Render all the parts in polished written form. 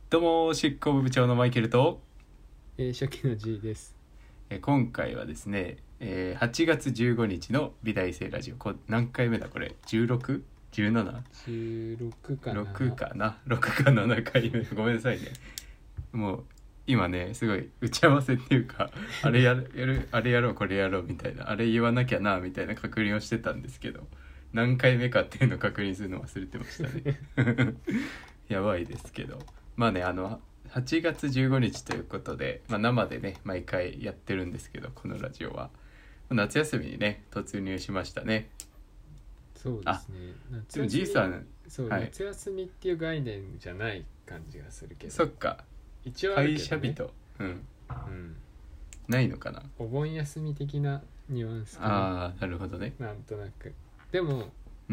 どうも執行部長のマイケルと、 初期の G です。 今回はですね、8月15日の美大生ラジオ何回目だこれ 16?17? 16かな。 6かな6か7回目ごめんなさいね。もう今ねすごい打ち合わせっていうかあれやるあれやろうこれやろうみたいな、あれ言わなきゃなみたいな確認をしてたんですけど、何回目かっていうのを確認するの忘れてましたねやばいですけど、まあね8月15日ということで、生でね毎回やってるんですけど、このラジオは夏休みにね突入しましたね。 そうですね。 でもじいさん、 そう、 はい、 夏休みっていう概念じゃない感じがするけど。 そっか、 一応ある会けどね。 社人、 うん。 ないのかな。 お盆休み的なニュアンスかな。 ああなるほどね。 なんとなく。でも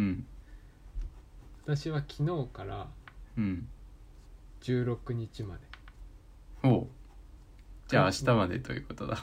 私は昨日から16日まで。 おう、じゃあ明日までということだ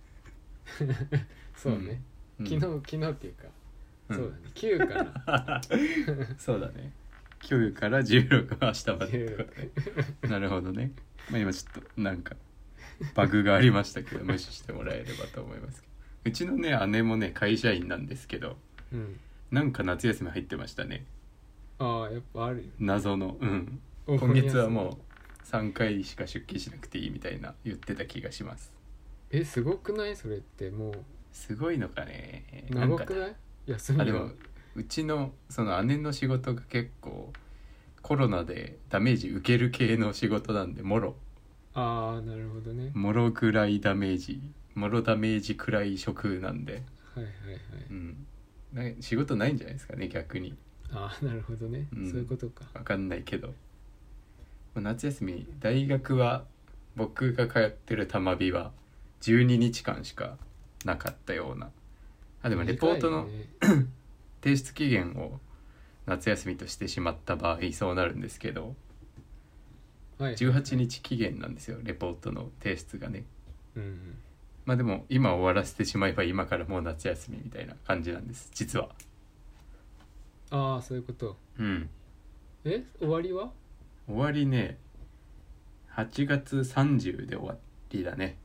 そうね、昨日っていうか、そうだね、9からそうだね、9から16は明日までってことねなるほどね。今ちょっとなんかバグがありましたけど無視してもらえればと思いますけど、うちのね姉もね会社員なんですけど、なんか夏休み入ってましたね。 ああやっぱあるよ、 謎の今月はもう3回しか出勤しなくていいみたいな言ってた気がします。 すごくない？それってもうすごいのかね。 長くない？休みは。 でもうちのその姉の仕事が結構コロナでダメージ受ける系の仕事なんで、もろああなるほどね。 もろぐらいダメージ、もろダメージくらい職なんで、 はいはいはい、 仕事ないんじゃないですかね逆に。 ああなるほどね、そういうことか。 分かんないけど、夏休み大学は僕が通ってる玉美は12日間しかなかったような。でもレポートの、提出期限を夏休みとしてしまった場合そうなるんですけど、18日期限なんですよレポートの提出がね。でも今終わらせてしまえば今からもう夏休みみたいな感じなんです実は。 ああそういうこと。終わりは？ 終わりね8月30で終わりだね。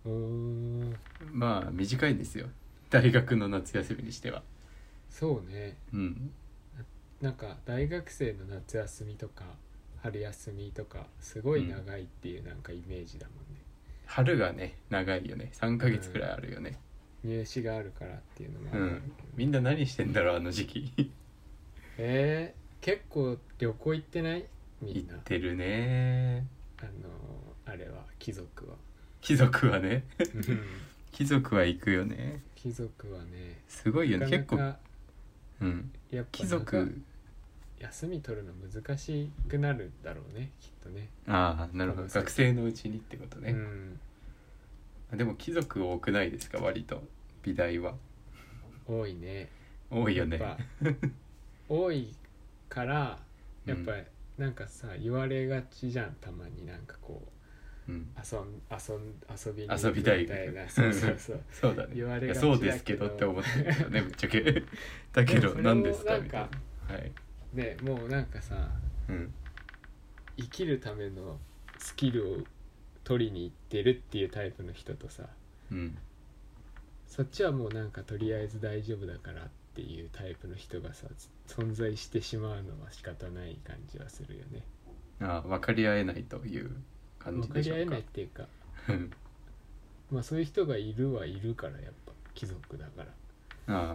短いんですよ大学の夏休みにしては。 そうね、なんか大学生の夏休みとか春休みとかすごい長いっていうなんかイメージだもんね。 春がね長いよね、3ヶ月くらいあるよね、 入試があるからっていうのもあるけど、 みんな何してんだろうあの時期結構旅行行ってない？みんな行ってるね。 あれは貴族はね貴族は行くよね。 貴族はねすごいよね、結構やっぱ貴族休み取るの難しくなるだろうねきっとね。 ああなるほど、学生のうちにってことね。でも貴族多くないですか？割と美大は多いね。 多いよね多いからやっぱりなんかさ、言われがちじゃんたまに、なんかこう、遊びに行くみたいなそうだね、 言われがちだけどそうですけどって思ってるけどねぶっちゃけだけど何ですかみたいな。はいでもうなんかさ、生きるためのスキルを取りに行ってるっていうタイプの人とさ、そっちはもうなんかとりあえず大丈夫だからっていうタイプの人がさ存在してしまうのは仕方ない感じはするよね。 分かり合えないという感じでしょうか。 分かり合えないっていうかそういう人がいるからやっぱ貴族だから。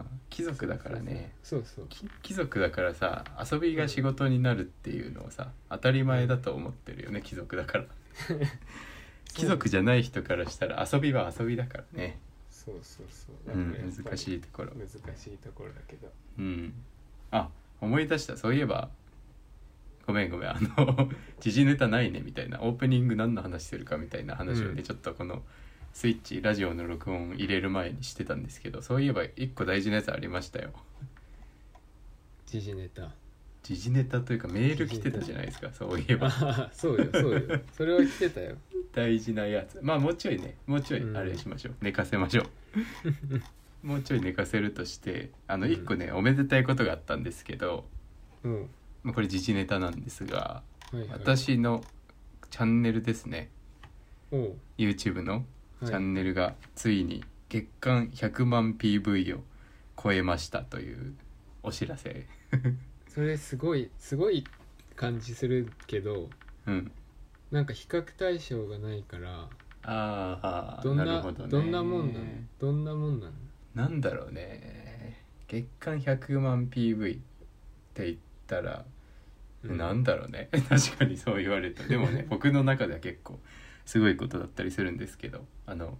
貴族だからね。 そう貴族だからさ、遊びが仕事になるっていうのをさ、当たり前だと思ってるよね、貴族だから貴族じゃない人からしたら遊びは遊びだからね。 そう難しいところだけど。 思い出した。そういえばごめん時事ネタないねみたいな、オープニング何の話してるかみたいな話をね、ちょっとこのスイッチラジオの録音入れる前にしてたんですけど、そういえば一個大事なやつありましたよ。 時事ネタというかメール来てたじゃないですか。そういえばそうよそれは来てたよ大事なやつ。もうちょいあれしましょう、寝かせましょうもうちょい寝かせるとして、一個ね、おめでたいことがあったんですけど、これ時事ネタなんですが、私のチャンネルですね。 お YouTube のはいチャンネルがついに月間100万 PV を超えましたというお知らせ。 それすごい感じするけど、 うんなんか比較対象がないからああどんななるほどね。 どんなもんなのどんなもんなのなんだろうね、月間100万 PV って言ったら、なんだろうね確かにそう言われるとでもね僕の中では結構すごいことだったりするんですけど、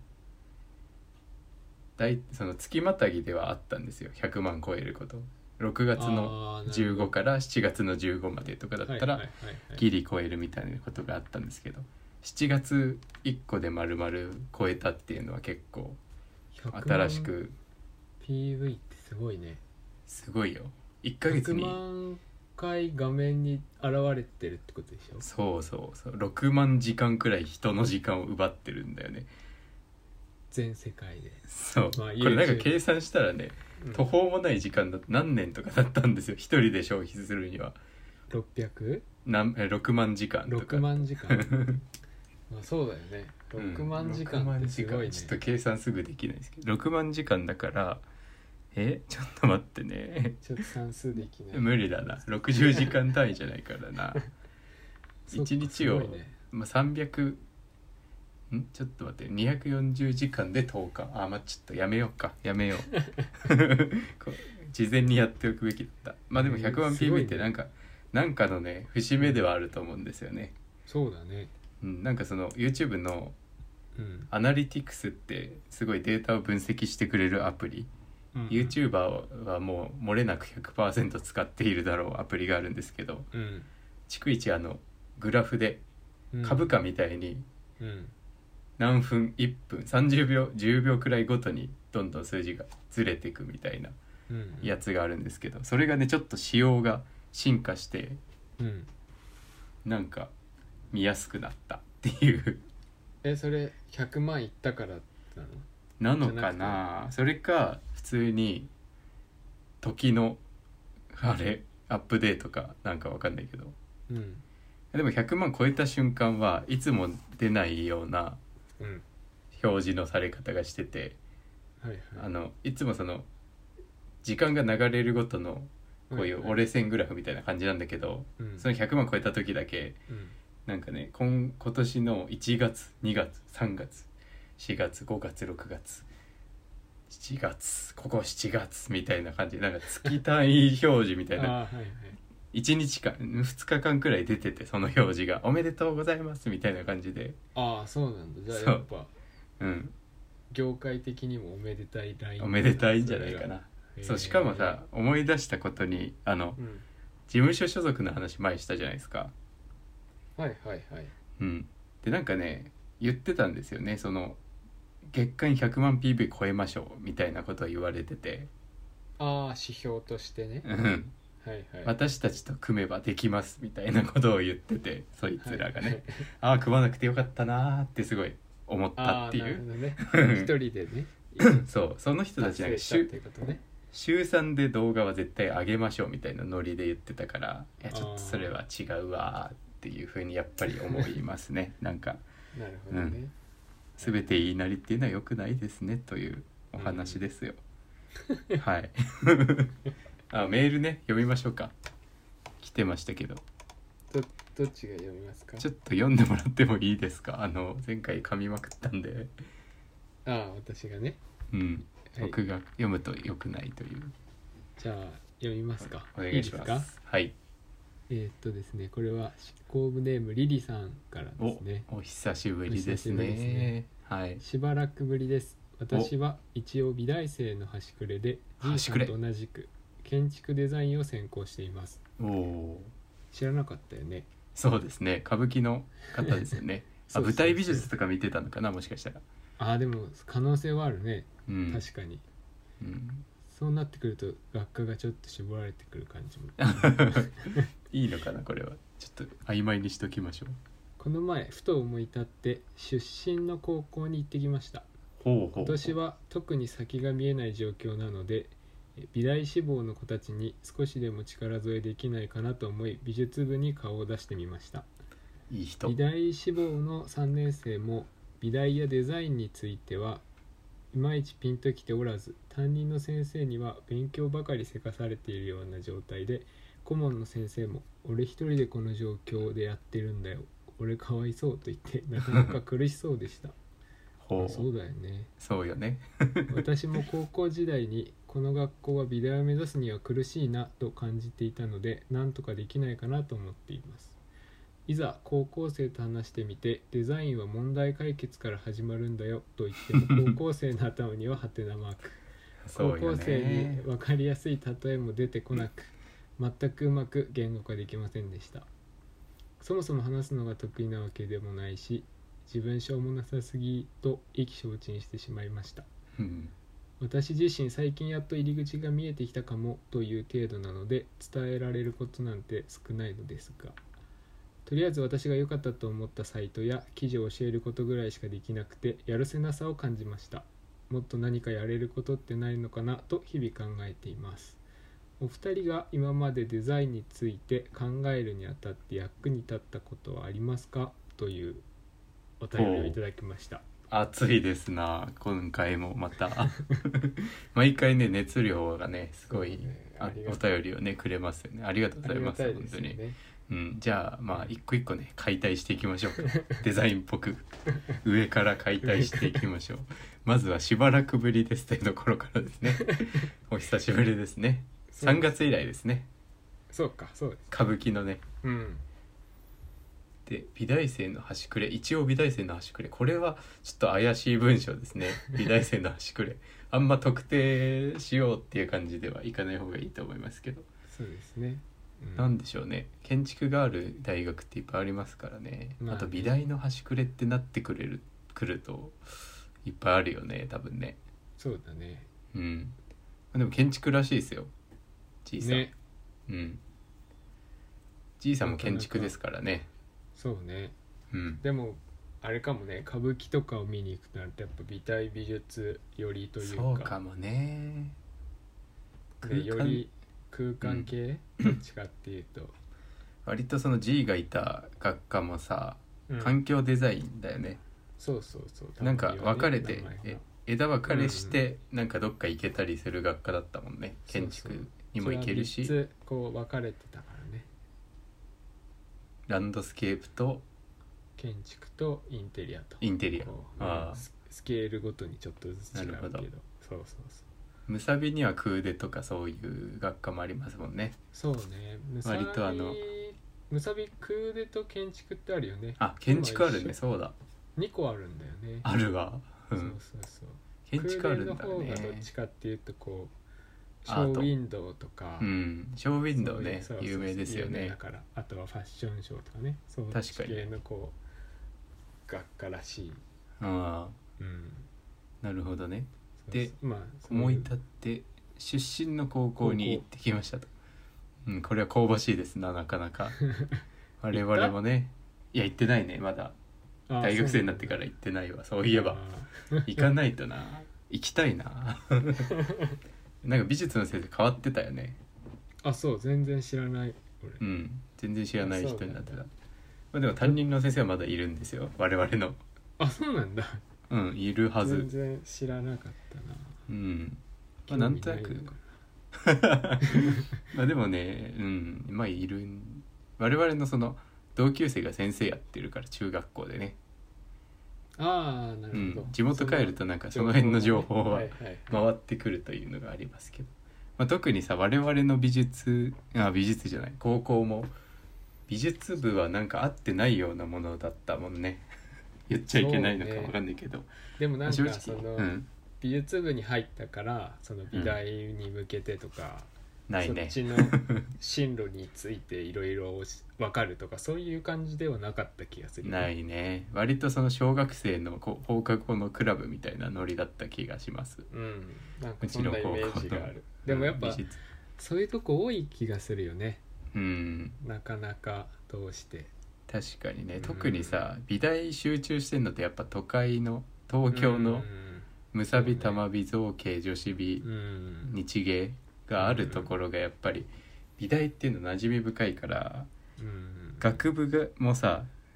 その月またぎではあったんですよ、100万超えること。6月の15から7月の15までとかだったらギリ超えるみたいなことがあったんですけど、7月1個で丸々超えたっていうのは結構新しく PV ってすごいね。 すごいよ。1ヶ月に 100万回画面に現れてるってことでしょ。 そう6万時間くらい人の時間を奪ってるんだよね。 全世界で。 そう、 まあこれなんか計算したらね、途うん、 方もない時間だと何年とかだったんですよ、一人で消費するには。 600？ 6万時間とか。 6万時間まあそうだよね。6万時間ってすごいね。 ちょっと計算すぐできないですけど6万時間だからちょっと待ってねちょっと算数できない。 無理だな、60時間単位じゃないからな1日を、 ね、 まあ、300ちょっと待って240時間で10日。まあちょっとやめようこう事前にやっておくべきだった。まあでも100万 PV ってなんかのね節目ではあると思うんですよね。 そうだね。 なんかその YouTube のアナリティクスってすごいデータを分析してくれるアプリ、YouTuber はもう漏れなく 100% 使っているだろうアプリがあるんですけど、逐一グラフで株価みたいに何分1分30秒10秒くらいごとにどんどん数字がずれていくみたいなやつがあるんですけど、それがねちょっと仕様が進化してなんか見やすくなったっていうそれ100万いったからなのかな。それか普通に時のアップデートかなんかわかんないけど、でも100万超えた瞬間はいつも出ないような表示のされ方がしてて、いつもその時間が流れるごとのこういう折れ線グラフみたいな感じなんだけど、その100万超えた時だけなんかね今年の1月2月3月4月5月6月7月ここ7月みたいな感じでなんか月単位表示みたいな1日間2日間くらい出てて、その表示がおめでとうございますみたいな感じで。 そうなんだ。じゃあやっぱ業界的にもおめでたいライン、 おめでたいんじゃないかな。そうしかもさ思い出したことに事務所所属の話前したじゃないですか。でなんかね言ってたんですよね、その月間100万 PV 超えましょうみたいなことを言われてて、 指標としてね、 私たちと組めばできますみたいなことを言ってて、そいつらがね、組まなくてよかったなーってすごい思ったっていう。 一人でねその人たちなんか週3で動画は絶対上げましょうみたいなノリで言ってたから、いやちょっとそれは違うわーっていうふうにやっぱり思いますねなんかなるほどね、 全て言いなりっていうのは良くないですねというお話ですよ、はいメールね読みましょうか。来てましたけどどっちが読みますか。 ちょっと読んでもらってもいいですか。前回噛みまくったんで。 私がね、 僕が読むと良くないという。 じゃあ読みますか。 お願いします。いいですか。はい。 ですね、これは執行部ネームリリさんからですね。 お久しぶりですね。はい。 しばらくぶりです。私は一応美大生の端くれで、じいさんと同じく建築デザインを専攻しています。知らなかったよね。 そうですね、歌舞伎の方ですよね。舞台美術とか見てたのかな、もしかしたら。 でも可能性はあるね、確かに、そうなってくると学科がちょっと絞られてくる感じもいいのかな、これはちょっと曖昧にしときましょう。 この前ふと思い立って出身の高校に行ってきました。今年は特に先が見えない状況なので、美大志望の子たちに少しでも力添えできないかなと思い、美術部に顔を出してみました。 いい人。 美大志望の3年生も美大やデザインについてはいまいちピンときておらず、担任の先生には勉強ばかりせかされているような状態で、顧問の先生も俺一人でこの状況でやってるんだよ、俺かわいそうと言ってなかなか苦しそうでしたほう、 そうだよね。 そうよね。 私も高校時代にこの学校は美大を目指すには苦しいなと感じていたので、なんとかできないかなと思っています。いざ高校生と話してみて、デザインは問題解決から始まるんだよと言っても高校生の頭にはハテナマーク高校生に分かりやすい例えも出てこなく、全くうまく言語化できませんでした。そもそも話すのが得意なわけでもないし、自分しょうもなさすぎと意気消沈してしまいました。私自身最近やっと入り口が見えてきたかもという程度なので、伝えられることなんて少ないのですが、とりあえず私が良かったと思ったサイトや記事を教えることぐらいしかできなくて、やるせなさを感じました。もっと何かやれることってないのかなと日々考えています。お二人が今までデザインについて考えるにあたって役に立ったことはありますか、というお便りをいただきました。 熱いですな、今回もまた毎回ね熱量がねすごい、お便りをねくれますよね。ありがとうございます、本当に。じゃあまあ一個一個ね解体していきましょうデザインっぽく上から解体していきましょう。まずはしばらくぶりですというところからですねお久しぶりですね。3月以来ですね。 そうか、そうです。 歌舞伎のね。で美大生の端くれ、一応美大生の端くれ、これはちょっと怪しい文章ですね。美大生の端くれあんま特定しようっていう感じではいかない方がいいと思いますけど。 そうですね。 なんでしょうね、建築がある大学っていっぱいありますからね。あと美大の端くれってなってくるといっぱいあるよね、多分ね。 そうだね。 でも建築らしいですよ、Gさん。 ね。 Gさんも建築ですからね。 そうね。でもあれかもね、歌舞伎とかを見に行くとなるとやっぱ美大美術よりというか。 そうかもね。 より空間系、どっちかっていうと割とその G がいた学科もさ、環境デザインだよね。 そうそうそう、 なんか分かれて、枝分かれしてなんかどっか行けたりする学科だったもんね。建築にも行けるし、 3つこう分かれてたからね。 ランドスケープと建築とインテリアと。 インテリア、 スケールごとにちょっとずつ違うけど。そうそうそう。 ムサビにはクーデとかそういう学科もありますもんね。 そうね。 割とムサビクーデと建築ってあるよね。 あ、建築あるね。そうだ、 2個あるんだよね。 あるわ。 そうそうそう。 建築あるんだね。 クーデの方がどっちかっていうとこうショーウィンドウとか、 ショーウィンドウね、有名ですよね。 だからあとはファッションショーとかね、そういう系のこう学科らしい。 なるほどね。で、 まあ、 思い立って出身の高校に行ってきましたと。これは香ばしいですな、なかなか我々もね。いや行ってないね、まだ。大学生になってから行ってないわ。そういえば行かないとな。行きたいななんか美術の先生変わってたよね。 あ、そう、全然知らない俺。全然知らない人になってた。まあ、でも担任の先生はまだいるんですよ、我々の。 あ、そうなんだ。 いるはず。 全然知らなかったな。 まあなんとなくまあでもね、まあいる。我々のその同級生が先生やってるから、中学校でね。 ああ、なるほど。 地元帰るとなんかその辺の情報は回ってくるというのがありますけど、まあ、特にさ我々の美術じゃない、高校も美術部はなんか合ってないようなものだったもんね言っちゃいけないのか分かんないけど、 でもなんかその、美術部に入ったからその美大に向けてとか、 ないね、 そっちの進路についていろいろ分かるとかそういう感じではなかった気がする。 ないね。割とその小学生の放課後のクラブみたいなノリだった気がします。 なんかそんなイメージがある。でもやっぱそういうとこ多い気がするよね。なかなかどうして確かにね、特にさ美大集中してんのってやっぱ都会の東京のむさび玉美造形女子美日芸があるところがやっぱり美大っていうの馴染み深いから、学部もさ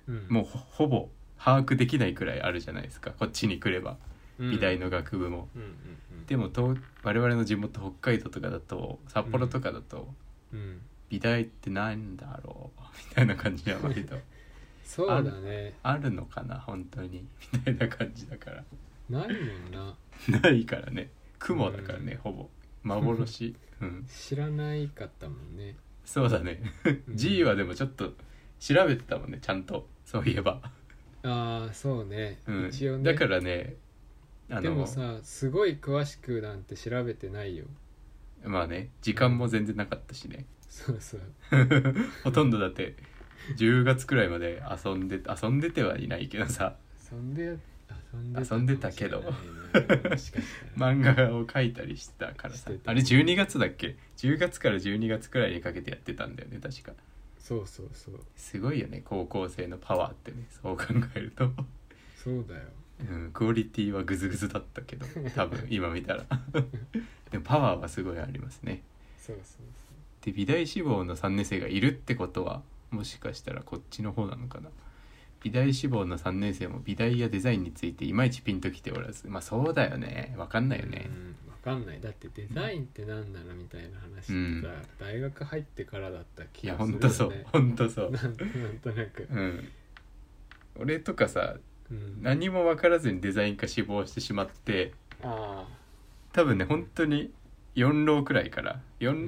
もうほぼ把握できないくらいあるじゃないですか、こっちに来れば美大の学部も、でも我々の地元北海道とかだと札幌とかだと、美大ってなんだろうみたいな感じは割とそうだね、 あるのかな本当にみたいな感じだからないもんなないからね、雲だからね、ほぼ幻、 知らないかったもんね。 そうだねG はでもちょっと調べてたもんね、ちゃんと、そういえばああそうね、一応ね。 だからねでもさ、すごい詳しくなんて調べてないよ。 まあね、時間も全然なかったしね、 そうそうほとんどだって10月くらいまで遊んでてはいないけどさ、 遊んでたけどもしかしたら漫画を描いたりしてたからさ、あれ12月だっけ、10月から12月くらいにかけてやってたんだよね確か。 そうすごいよね、高校生のパワーってね、そう考えるとそうだよ、 クオリティはグズグズだったけど多分今見たらでもパワーはすごいありますね。 そうで美大志望の3年生がいるってことはもしかしたらこっちの方なのかな。美大志望の3年生も美大やデザインについていまいちピンときておらず、まあそうだよね、分かんないよね、 分かんない。だってデザインって何なのみたいな話ってさ、大学入ってからだった気がするよね。いやほんとそうなんとなく、 俺とかさ、何も分からずにデザイン科志望してしまって、多分ね本当に4浪くらいから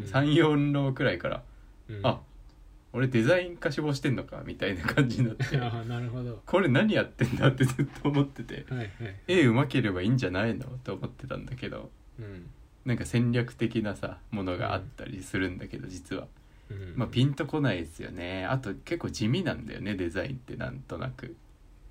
3,4浪くらいから、あ、俺デザイン科志望してんのかみたいな感じになってなるほど、 これ何やってんだってずっと思ってて、絵うまければいいんじゃないのと思ってたんだけど、なんか戦略的なさものがあったりするんだけど、実は、まあピンとこないですよね。あと結構地味なんだよねデザインって、なんとなく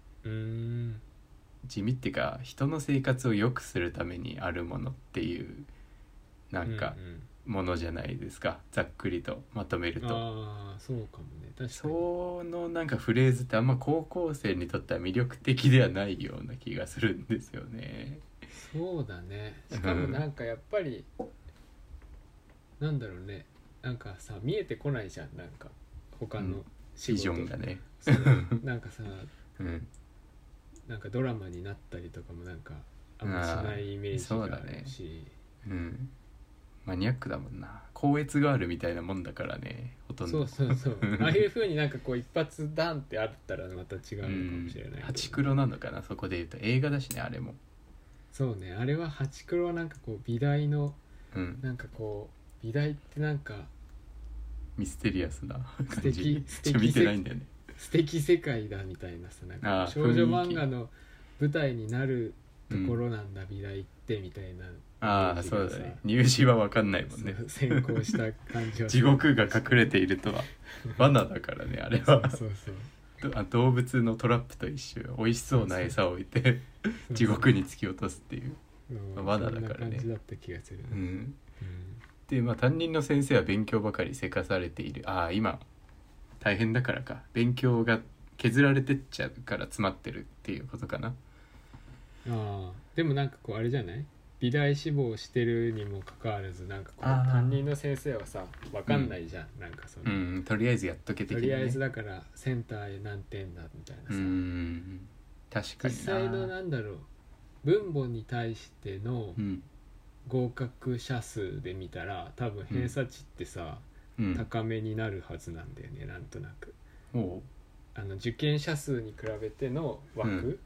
地味っていうか、人の生活を良くするためにあるものっていうなんかものじゃないですか、ざっくりとまとめると。 そうかもね、確かに。 そのなんかフレーズってあんま高校生にとっては魅力的ではないような気がするんですよね。 そうだね。しかもなんかやっぱり、なんだろうね、なんかさ見えてこないじゃん、なんか他の仕事、 ビジョンがねなんかさ、なんかドラマになったりとかもなんかあんましないイメージがあるし、 マニアックだもんな。光悦ガールみたいなもんだからね、ほとんど。 そうああいう風になんかこう一発ダンってあったらまた違うのかもしれないけど、 ハチクロなのかな、そこで言うと。映画だしねあれも。 そうね、あれはハチクロはなんかこう美大の、なんかこう美大ってなんかミステリアスな素敵見てないんだよね。 素敵世界だみたいなさ、なんか少女漫画の舞台になるところなんだ、美大ってみたいな。 そうだね、入試は分かんないもんね。 先行した感じは地獄が隠れているとは罠だからねあれは。動物のトラップと一緒よ。美味しそうな餌を置いて地獄に突き落とすっていう罠だからね。そんな感じだった気がする、 で担任の先生は勉強ばかりせかされている。今大変だからか、勉強が削られてっちゃうから詰まってるっていうことかな。 でもなんかこうあれじゃない、美大志望してるにもかかわらずなんかこう担任の先生はさ分かんないじゃん、なんかその、 とりあえずやっとけ的な、ね、 とりあえずだからセンターへ何点だみたいなさ、 確かにな。 実際のなんだろう、分母に対しての合格者数で見たら多分偏差値ってさ、高めになるはずなんだよね、なんとなく。受験者数に比べての枠、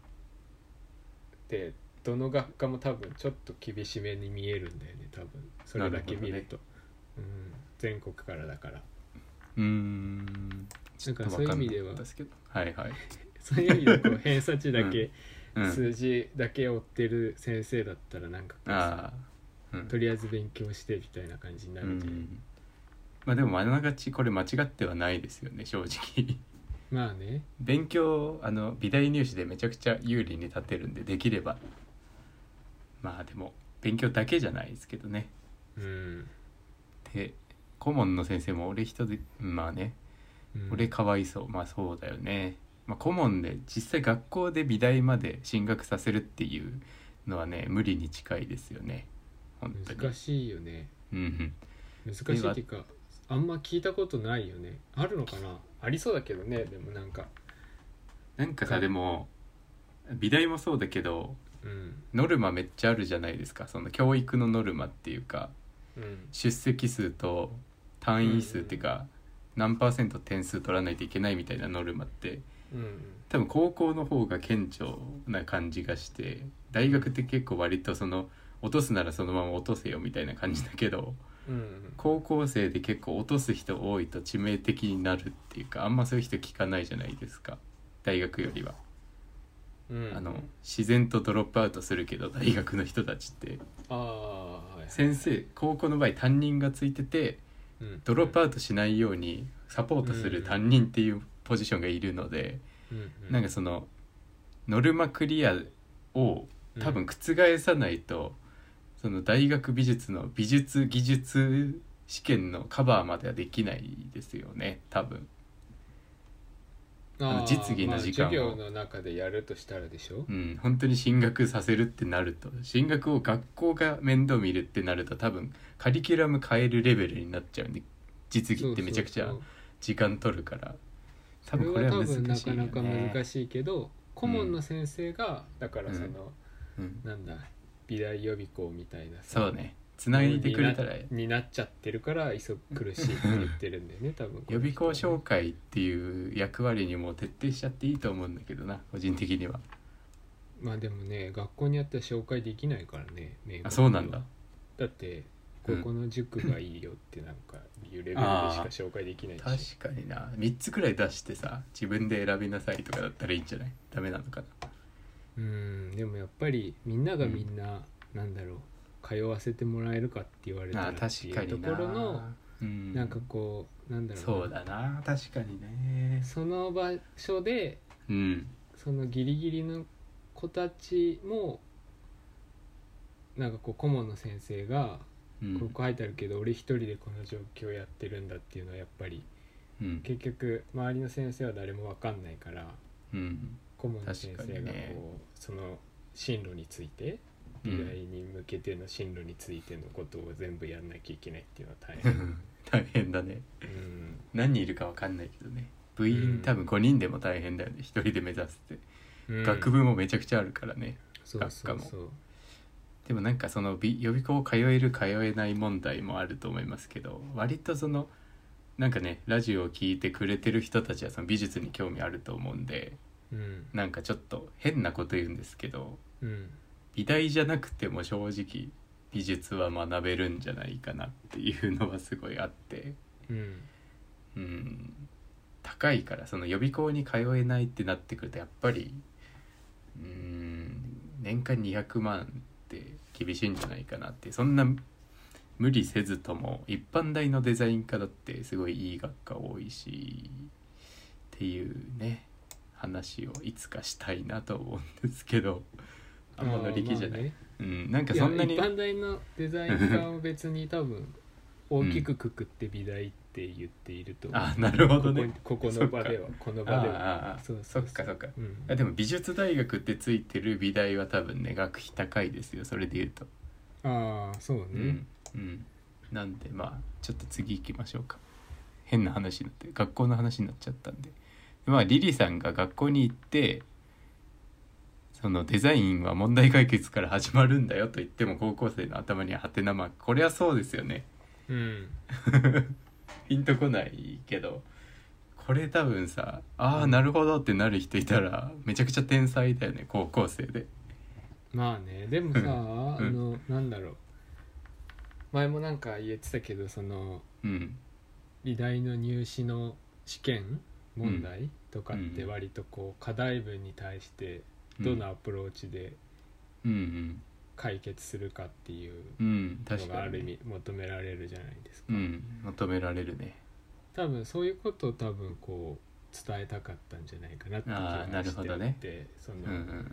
でどの学科も多分ちょっと厳しめに見えるんだよね、多分それだけ見ると、全国からだから。なんかそういう意味ではそういう意味でこう偏差値だけ、数字だけ追ってる先生だったらなんかこうさ、とりあえず勉強してみたいな感じになるじゃん。 でもあながちこれ間違ってはないですよね、正直まあね、 勉強美大入試でめちゃくちゃ有利に立てるんで、できればでも勉強だけじゃないですけどね。で顧問の先生も俺一人で俺かわいそう。そうだよね。顧問で実際学校で美大まで進学させるっていうのはね無理に近いですよね、本当に。 難しいよね。難しいっていうかあんま聞いたことないよね。あるのかな、ありそうだけどね。でもなんかなんかさでも美大もそうだけどうんノルマめっちゃあるじゃないですか。その教育のノルマっていうかうん出席数と単位数っていうか、何パーセント点数取らないといけないみたいなノルマってうん多分高校の方が顕著な感じがして、大学って結構割とその落とすならそのまま落とせよみたいな感じだけど、 うん高校生で結構落とす人多いと致命的になるっていうか、あんまそういう人聞かないじゃないですか大学よりは。 うん自然とドロップアウトするけど大学の人たちってああはい先生高校の場合担任がついててうんドロップアウトしないようにサポートする担任っていうポジションがいるので、なんかそのノルマクリアを多分覆さないと、その大学美術の美術技術試験のカバーまではできないですよね多分。実技の時間を、 授業の中でやるとしたらでしょ。 本当に進学させるってなると、進学を学校が面倒見るってなると多分カリキュラム変えるレベルになっちゃうんで、実技ってめちゃくちゃ時間取るから、 多分これは難しいよね。それは多分なかなか難しいけど、顧問の先生がだからその、なんだ美大予備校みたいなさ、そうね、つないでくれたらになっちゃってるから苦しいって言ってるんだよね多分。 予備校紹介っていう役割にも徹底しちゃっていいと思うんだけどな、個人的には。 まあでもね、学校によっては紹介できないからね。 あ、そうなんだ。 だってここの塾がいいよってなんかいうレベルでしか紹介できないし。 確かにな、3つくらい出してさ自分で選びなさいとかだったらいいんじゃない？ダメなのかな。 でもやっぱりみんながみんな、なんだろう、通わせてもらえるかって言われたらっていうところの、なんかこうなんだろう、 そうだな、確かにね。 その場所で、そのギリギリの子たちもなんかこう顧問の先生が、ここ書いてあるけど俺一人でこの状況やってるんだっていうのはやっぱり、結局周りの先生は誰も分かんないから、顧問の先生がこうその進路について、美大に向けての進路についてのことを全部やんなきゃいけないっていうのは大変大変だね、何人いるか分かんないけどね、部員多分5人でも大変だよね、1人で目指すって、学部もめちゃくちゃあるからね、学科も。でもなんかその予備校通える通えない問題もあると思いますけど、割とそのなんかね、ラジオを聞いてくれてる人たちはその美術に興味あると思うんで、なんかちょっと変なこと言うんですけど、美大じゃなくても正直美術は学べるんじゃないかなっていうのはすごいあって、高いから、その予備校に通えないってなってくるとやっぱり年間200万って厳しいんじゃないかなって。そんな無理せずとも一般大のデザイン科だってすごいいい学科多いしっていうね話をいつかしたいなと思うんですけど、あんま乗り気じゃない、なんかそんなに一般大のデザイン科を別に多分大きくくくって美大って言っていると思う、 あ、なるほどね、 ここの場では、この場では。 そっかそっか、でも美術大学ってついてる美大は多分ね学費高いですよ、それで言うと。 そうね、 なんでまあちょっと次行きましょうか。変な話になって学校の話になっちゃったんで、まあリリさんが学校に行ってそのデザインは問題解決から始まるんだよと言っても高校生の頭にはハテナマーク、これはそうですよね。ピンとこないけど、これ多分さ、なるほどってなる人いたらめちゃくちゃ天才だよね、高校生で。 まあね、でもさなんだろう、前もなんか言ってたけど、その、美大の入試の試験問題とかって割とこう課題文に対してどのアプローチで解決するかっていうのがある意味求められるじゃないですか。 求められるね。 多分そういうことを多分こう伝えたかったんじゃないかなって気がしていて、その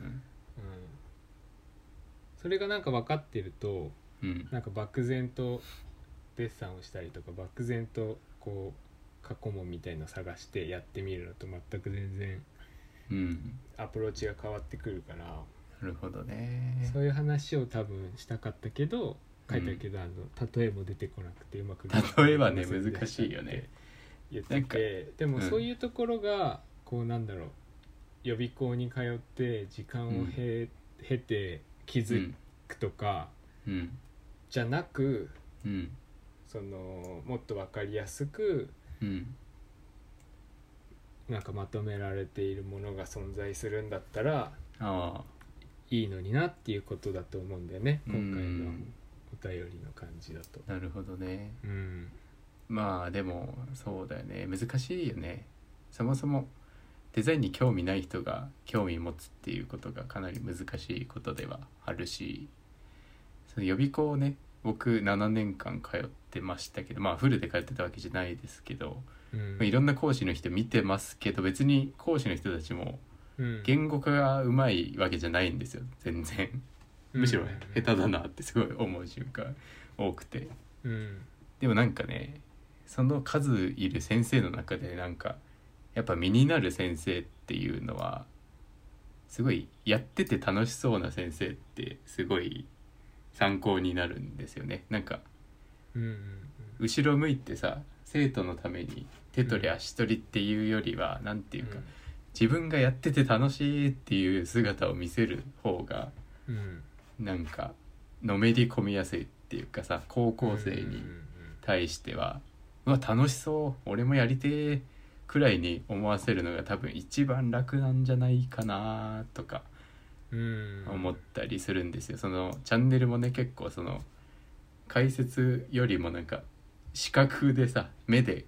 それがなんか分かってると、なんか漠然とデッサンをしたりとか漠然とこう過去問みたいのを探してやってみるのと全く全然アプローチが変わってくるから、 なるほどね。 そういう話を多分したかったけど、書いたけど例えも出てこなくてうまく例えはね難しいよね。 言ってて、でもそういうところがこうなんだろう、 予備校に通って時間を経て気づくとか、じゃなく、そのもっと分かりやすく、なんかまとめられているものが存在するんだったらいいのになっていうことだと思うんだよね、今回のお便りの感じだと。 なるほどね。まあでもそうだよね、難しいよね。そもそもデザインに興味ない人が興味持つっていうことがかなり難しいことではあるし、その予備校をね、僕7年間通ってましたけど、まあフルで通ってたわけじゃないですけど、いろんな講師の人見てますけど、別に講師の人たちも言語化がうまいわけじゃないんですよ、全然。むしろ下手だなってすごい思う瞬間多くて、でもなんかね、その数いる先生の中でなんかやっぱ身になる先生っていうのはすごいやってて楽しそうな先生ってすごい参考になるんですよね。なんか後ろ向いてさ、生徒のために手取り足取りっていうよりは、なんていうか、自分がやってて楽しいっていう姿を見せる方がなんかのめり込みやすいっていうかさ、高校生に対してはうわ楽しそう、俺もやりてーくらいに思わせるのが多分一番楽なんじゃないかなとか思ったりするんですよ。そのチャンネルもね、結構その解説よりもなんか視覚でさ、目で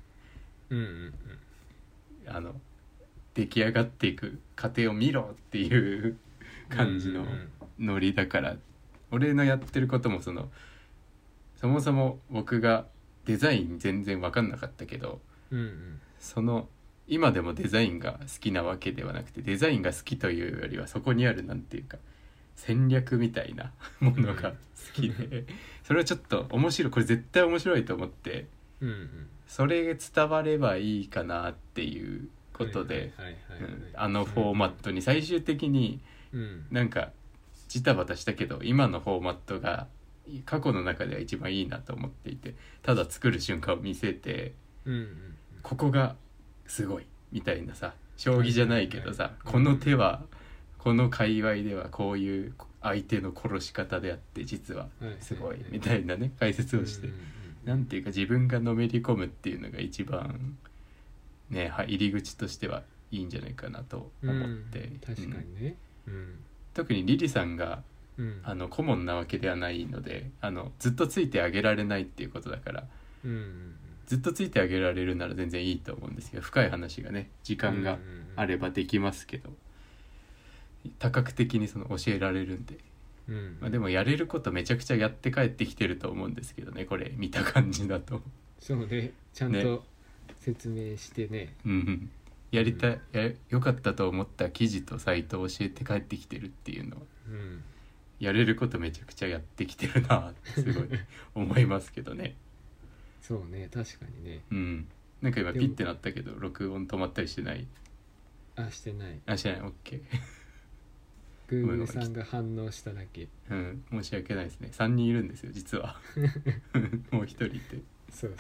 出来上がっていく過程を見ろっていう感じのノリだから、俺のやってることもそもそも僕がデザイン全然分かんなかったけど、その今でもデザインが好きなわけではなくて、デザインが好きというよりはそこにあるなんていうか戦略みたいなものが好きでそれはちょっと面白い、これ絶対面白いと思って、それ伝わればいいかなっていうことで、あのフォーマットに最終的になんかジタバタしたけど今のフォーマットが過去の中では一番いいなと思っていて、ただ作る瞬間を見せて、ここがすごいみたいなさ、将棋じゃないけどさ、この手はこの界隈ではこういう相手の殺し方であって実はすごいみたいなね、解説をして、なんていうか自分がのめり込むっていうのが一番ね、入り口としてはいいんじゃないかなと思って、 確かにね、 特にリリさんが顧問なわけではないので、ずっとついてあげられないっていうことだから、ずっとついてあげられるなら全然いいと思うんですけど、深い話がね時間があればできますけど、多角的にその教えられるんで、まあ、でもやれることめちゃくちゃやって帰ってきてると思うんですけどね、これ見た感じだと。 そうね、ちゃんと説明してね、 やりたい、よかったと思った記事とサイトを教えて帰ってきてるっていうのは、やれることめちゃくちゃやってきてるなってすごい思いますけどね。 そうね、確かにね。 なんか今ピッてなったけど録音止まったりしてない？ してない。 してない。 OK。 Google さんが反応しただけ。 申し訳ないですね。3人いるんですよ実はもう1人いて。 そう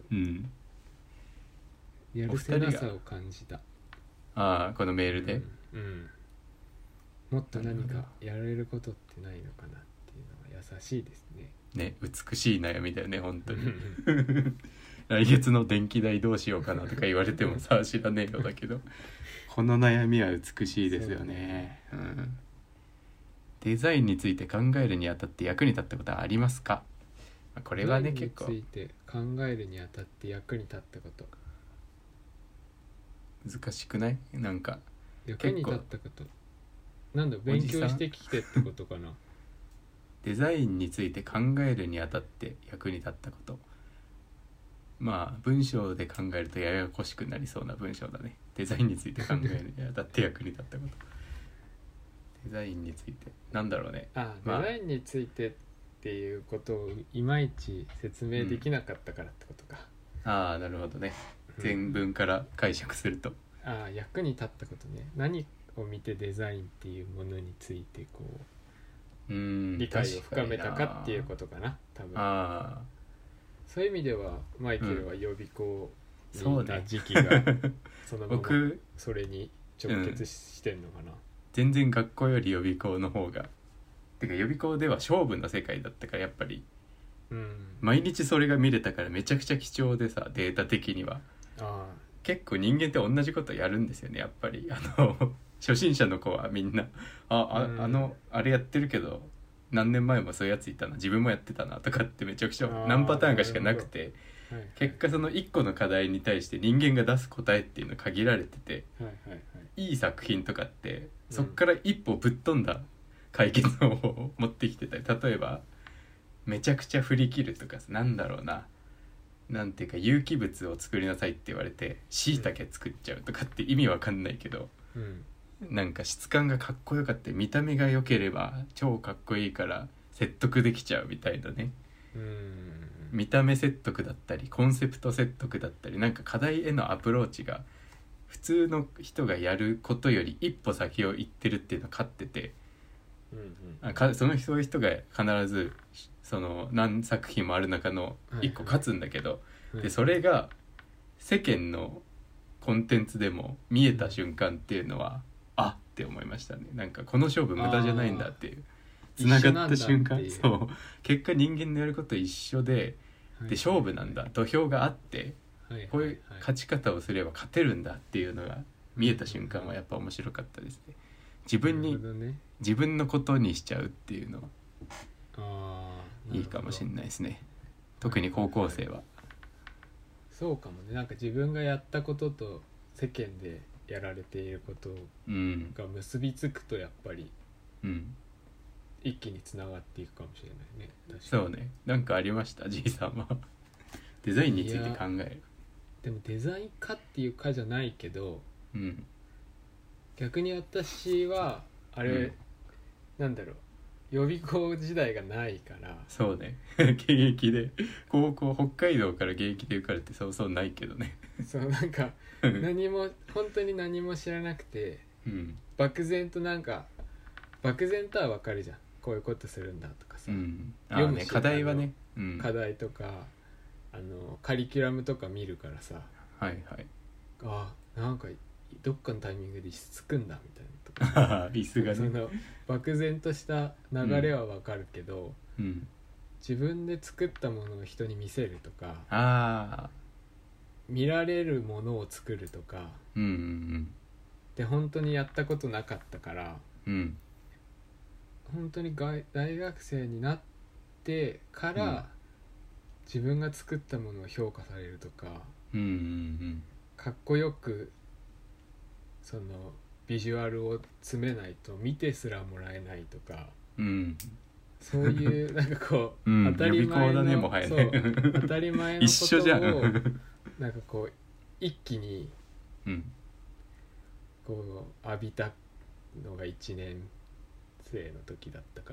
やるせなさを感じた。 このメールで、 もっと何かやられることってないのかなっていうのは優しいですね。 美しい悩みだよね本当に来月の電気代どうしようかなとか言われてもさ知らねえよだけどこの悩みは美しいですよね。デザインについて考えるにあたって役に立ったことはありますか？これはね結構デザインについて考えるにあたって役に立ったこと難しくない？なんか役に立ったことなんだ、勉強してきてってことかな。 デザインについて考えるにあたって役に立ったこと、まあ文章で考えるとややこしくなりそうな文章だね。デザインについて考えるにあたって役に立ったことデザインについてなんだろうね。 デザインについてっていうことをいまいち説明できなかったからってことか。 なるほどね。全文から解釈すると、 役に立ったことね。何を見てデザインっていうものについてこう理解を深めたかっていうことかな多分。そういう意味ではマイケルは予備校にいた時期がそのままそれに直結してんのかな、 全然学校より予備校の方がてか予備校では勝負の世界だったからやっぱり、毎日それが見れたからめちゃくちゃ貴重でさ、データ的には結構人間って同じことやるんですよねやっぱり初心者の子はみんなあれやってるけど何年前もそういうやついたな、自分もやってたなとかってめちゃくちゃ何パターンかしかなくて、結果その1個の課題に対して人間が出す答えっていうの限られてて、いい作品とかってそっから一歩ぶっ飛んだ解決を持ってきてたり、例えばめちゃくちゃ振り切るとか、なんだろうな、なんていうか有機物を作りなさいって言われて椎茸作っちゃうとかって意味わかんないけど、なんか質感がかっこよかって見た目が良ければ超かっこいいから説得できちゃうみたいなね、見た目説得だったりコンセプト説得だったり、なんか課題へのアプローチが普通の人がやることより一歩先を行ってるっていうのを勝ってて、そういう人が必ずその何作品もある中の一個勝つんだけど、でそれが世間のコンテンツでも見えた瞬間っていうのはあって思いましたね。なんかこの勝負無駄じゃないんだっていう、つながった瞬間、そう結果人間のやること一緒で、で勝負なんだ、土俵があって、こういう勝ち方をすれば勝てるんだっていうのが見えた瞬間はやっぱ面白かったですね。自分のことにしちゃうっていうのはいいかもしれないですね、特に高校生は。 そうかもね。なんか自分がやったことと世間でやられていることが結びつくとやっぱり一気につながっていくかもしれないね。確かにそうね。なんかありました G さんはデザインについて考える。 でもデザイン科っていう科じゃないけど、逆に私はあれ、なんだろう、予備校時代がないから。 そうね現役で高校北海道から現役で受かるってそうそうないけどねそうなんか本当に何も知らなくて、漠然となんか漠然とは分かるじゃん、こういうことするんだとかさ、 読む課題はね、 課題とかカリキュラムとか見るからさ、なんかどっかのタイミングで椅子つくんだみたいなとか椅子がね、 その漠然とした流れは分かるけど、自分で作ったものを人に見せるとか、見られるものを作るとか、で本当にやったことなかったから、本当に大学生になってから、自分が作ったものを評価されるとか、かっこよくそのビジュアルを詰めないと見てすらもらえないとか、そういうなんかこう、当たり前の、当たり前のことをなんかこう一気にこう浴びたのが1年生の時だったから。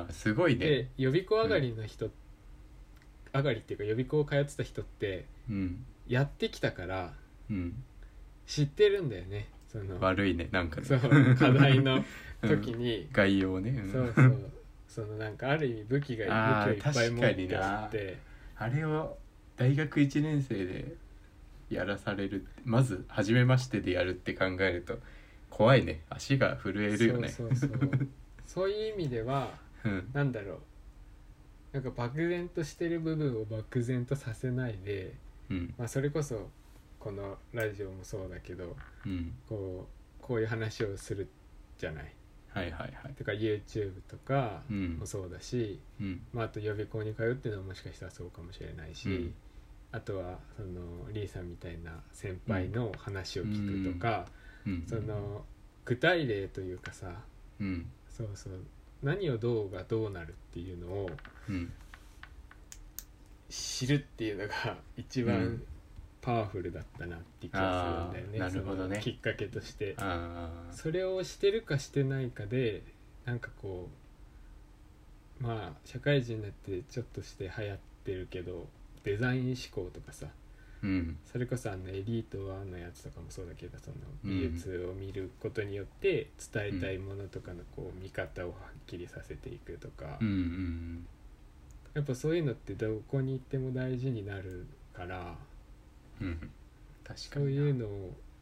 すごいね。 で予備校上がりの人、上がりっていうか予備校通ってた人って、やってきたから、知ってるんだよね。その悪いね、なんかね、 そう課題の時に、 概要ね、 そのなんかある意味武器をいっぱい持ってあって、 あれを大学1年生でやらされるって、まず初めましてでやるって考えると怖いね、足が震えるよね。 そういう意味では、なんだろう、なんか漠然としてる部分を漠然とさせないで、それこそこのラジオもそうだけど、こういう話をするじゃない。とか YouTube とかもそうだし、あと予備校に通うっていうのはもしかしたらそうかもしれないし、あとはそのリーさんみたいな先輩の話を聞くとか、その具体例というかさ、何をどうがどうなるっていうのを知るっていうのが一番パワフルだったなって気がするんだよね。 なるほどね。 そのきっかけとして、それをしてるかしてないかで、なんかこう社会人になってちょっとして流行ってるけどデザイン思考とかさ、それこそエリート1のやつとかもそうだけど、その美術を見ることによって伝えたいものとかのこう見方をはっきりさせていくとか、やっぱそういうのってどこに行っても大事になるから、 確かにそういうのを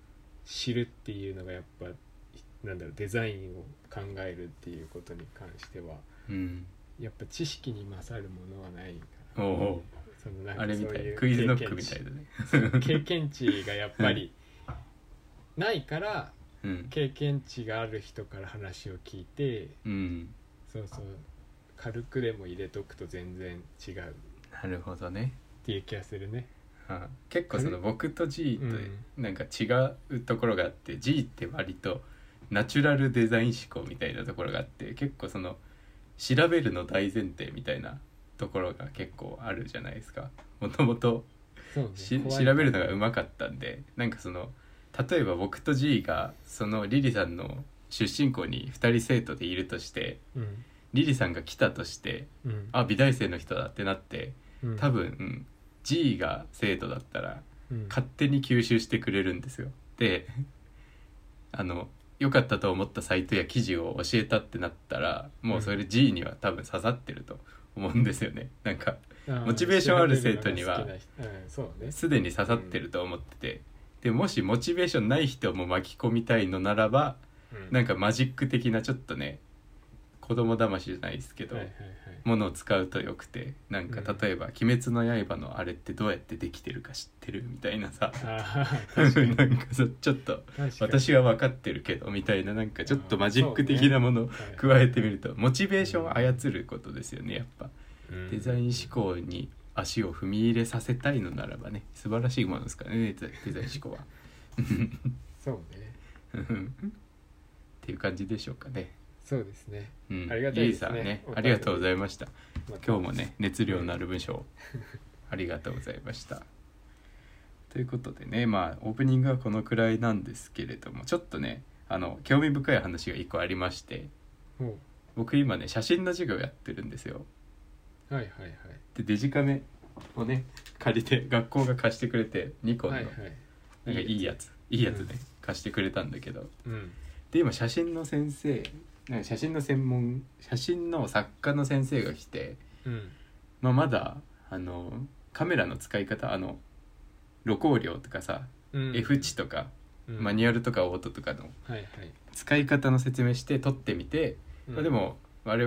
知るっていうのがやっぱなんだろう、デザインを考えるっていうことに関しては、 うん、 やっぱ知識に勝るものはないから、 おうおう、 そのなんあれみたいかそういうクイズノックみたいだね経験値がやっぱりないから、 うん、 経験値がある人から話を聞いて、 うん、 そうそう軽くでも入れとくと全然違うなるほどね。 っていう気がするね。 結構その僕と G となんか違うところがあって、G って割とナチュラルデザイン思考みたいなところがあって、結構その調べるの大前提みたいなところが結構あるじゃないですか。もともと調べるのがうまかったんで、なんかその例えば僕と G がそのリリさんの出身校に2人生徒でいるとして、 うん、 リリさんが来たとして、 うん、 あ美大生の人だってなって、 うん、 多分、G が生徒だったら、 うん、 勝手に吸収してくれるんですよ。で良かったと思ったサイトや記事を教えたってなったら、もうそれ G には多分刺さってると思うんですよね。なんかモチベーションある生徒にはすでに刺さってると思ってて、でもしモチベーションない人も巻き込みたいのならば、なんかマジック的なちょっとね、子供騙しじゃないですけど、ものを使うとよくて、なんか例えば「鬼滅の刃」のあれってどうやってできてるか知ってるみたいなさなんかちょっと私は分かってるけどみたいな、なんかちょっとマジック的なものを加えてみると、モチベーションを操ることですよね。やっぱデザイン思考に足を踏み入れさせたいのならばね、素晴らしいものですからね、デザイン思考はそうねっていう感じでしょうかね。 そうですね、 うん、 ありがたいですね。 ゆいさんね、ありがとうございました。今日もね熱量のある文章ありがとうございましたということでね、まあオープニングはこのくらいなんですけれども、ちょっとね興味深い話が一個ありまして、僕今ね写真の授業やってるんですよ。 はいはいはい。 でデジカメをね借りて、学校が貸してくれて、ニコンの、なんかいいやつね、貸してくれたんだけど、で今写真の先生、なんか写真の専門、写真の作家の先生が来て、まあ、まだカメラの使い方、露光量とかさ、F 値とか、マニュアルとかオートとかの使い方の説明して撮ってみて、まあ、でも我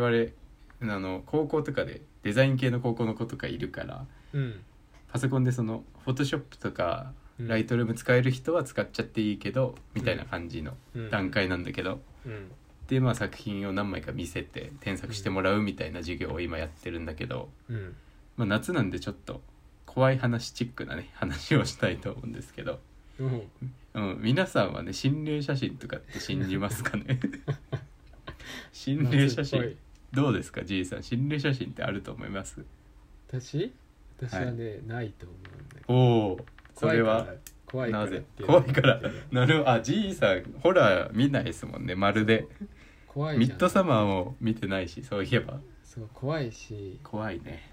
々高校とかでデザイン系の高校の子とかいるから、パソコンでそのフォトショップとかライトルーム使える人は使っちゃっていいけど、みたいな感じの段階なんだけど、でまあ作品を何枚か見せて添削してもらうみたいな授業を今やってるんだけど、まあ、夏なんでちょっと怖い話チックなね話をしたいと思うんですけど、皆さんはね心霊写真とかって信じますかね心霊写真どうですか、じいさん、心霊写真ってあると思います？ 私はね、ないと思うんだけど。おお、それはなぜ？怖いからなる。あ、じいさんホラー見ないですもんね、まるで。 怖いミッドサマーも見てないし、そういえば。 そう怖いし、 怖いね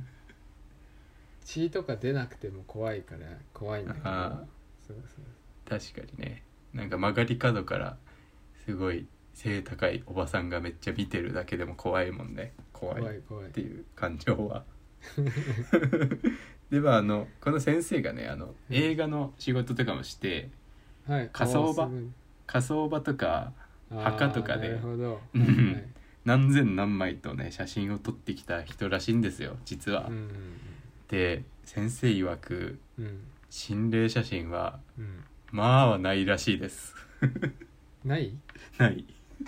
血とか出なくても怖いから怖いんだけど、 確かにね、なんか曲がり角からすごい背高いおばさんがめっちゃ見てるだけでも怖いもんね。怖いっていう感情はではこの先生がね映画の仕事とかもして、火葬場とか墓とかで何千何枚とね写真を撮ってきた人らしいんですよ、実は。で先生曰く、心霊写真は、まあないらしいですないない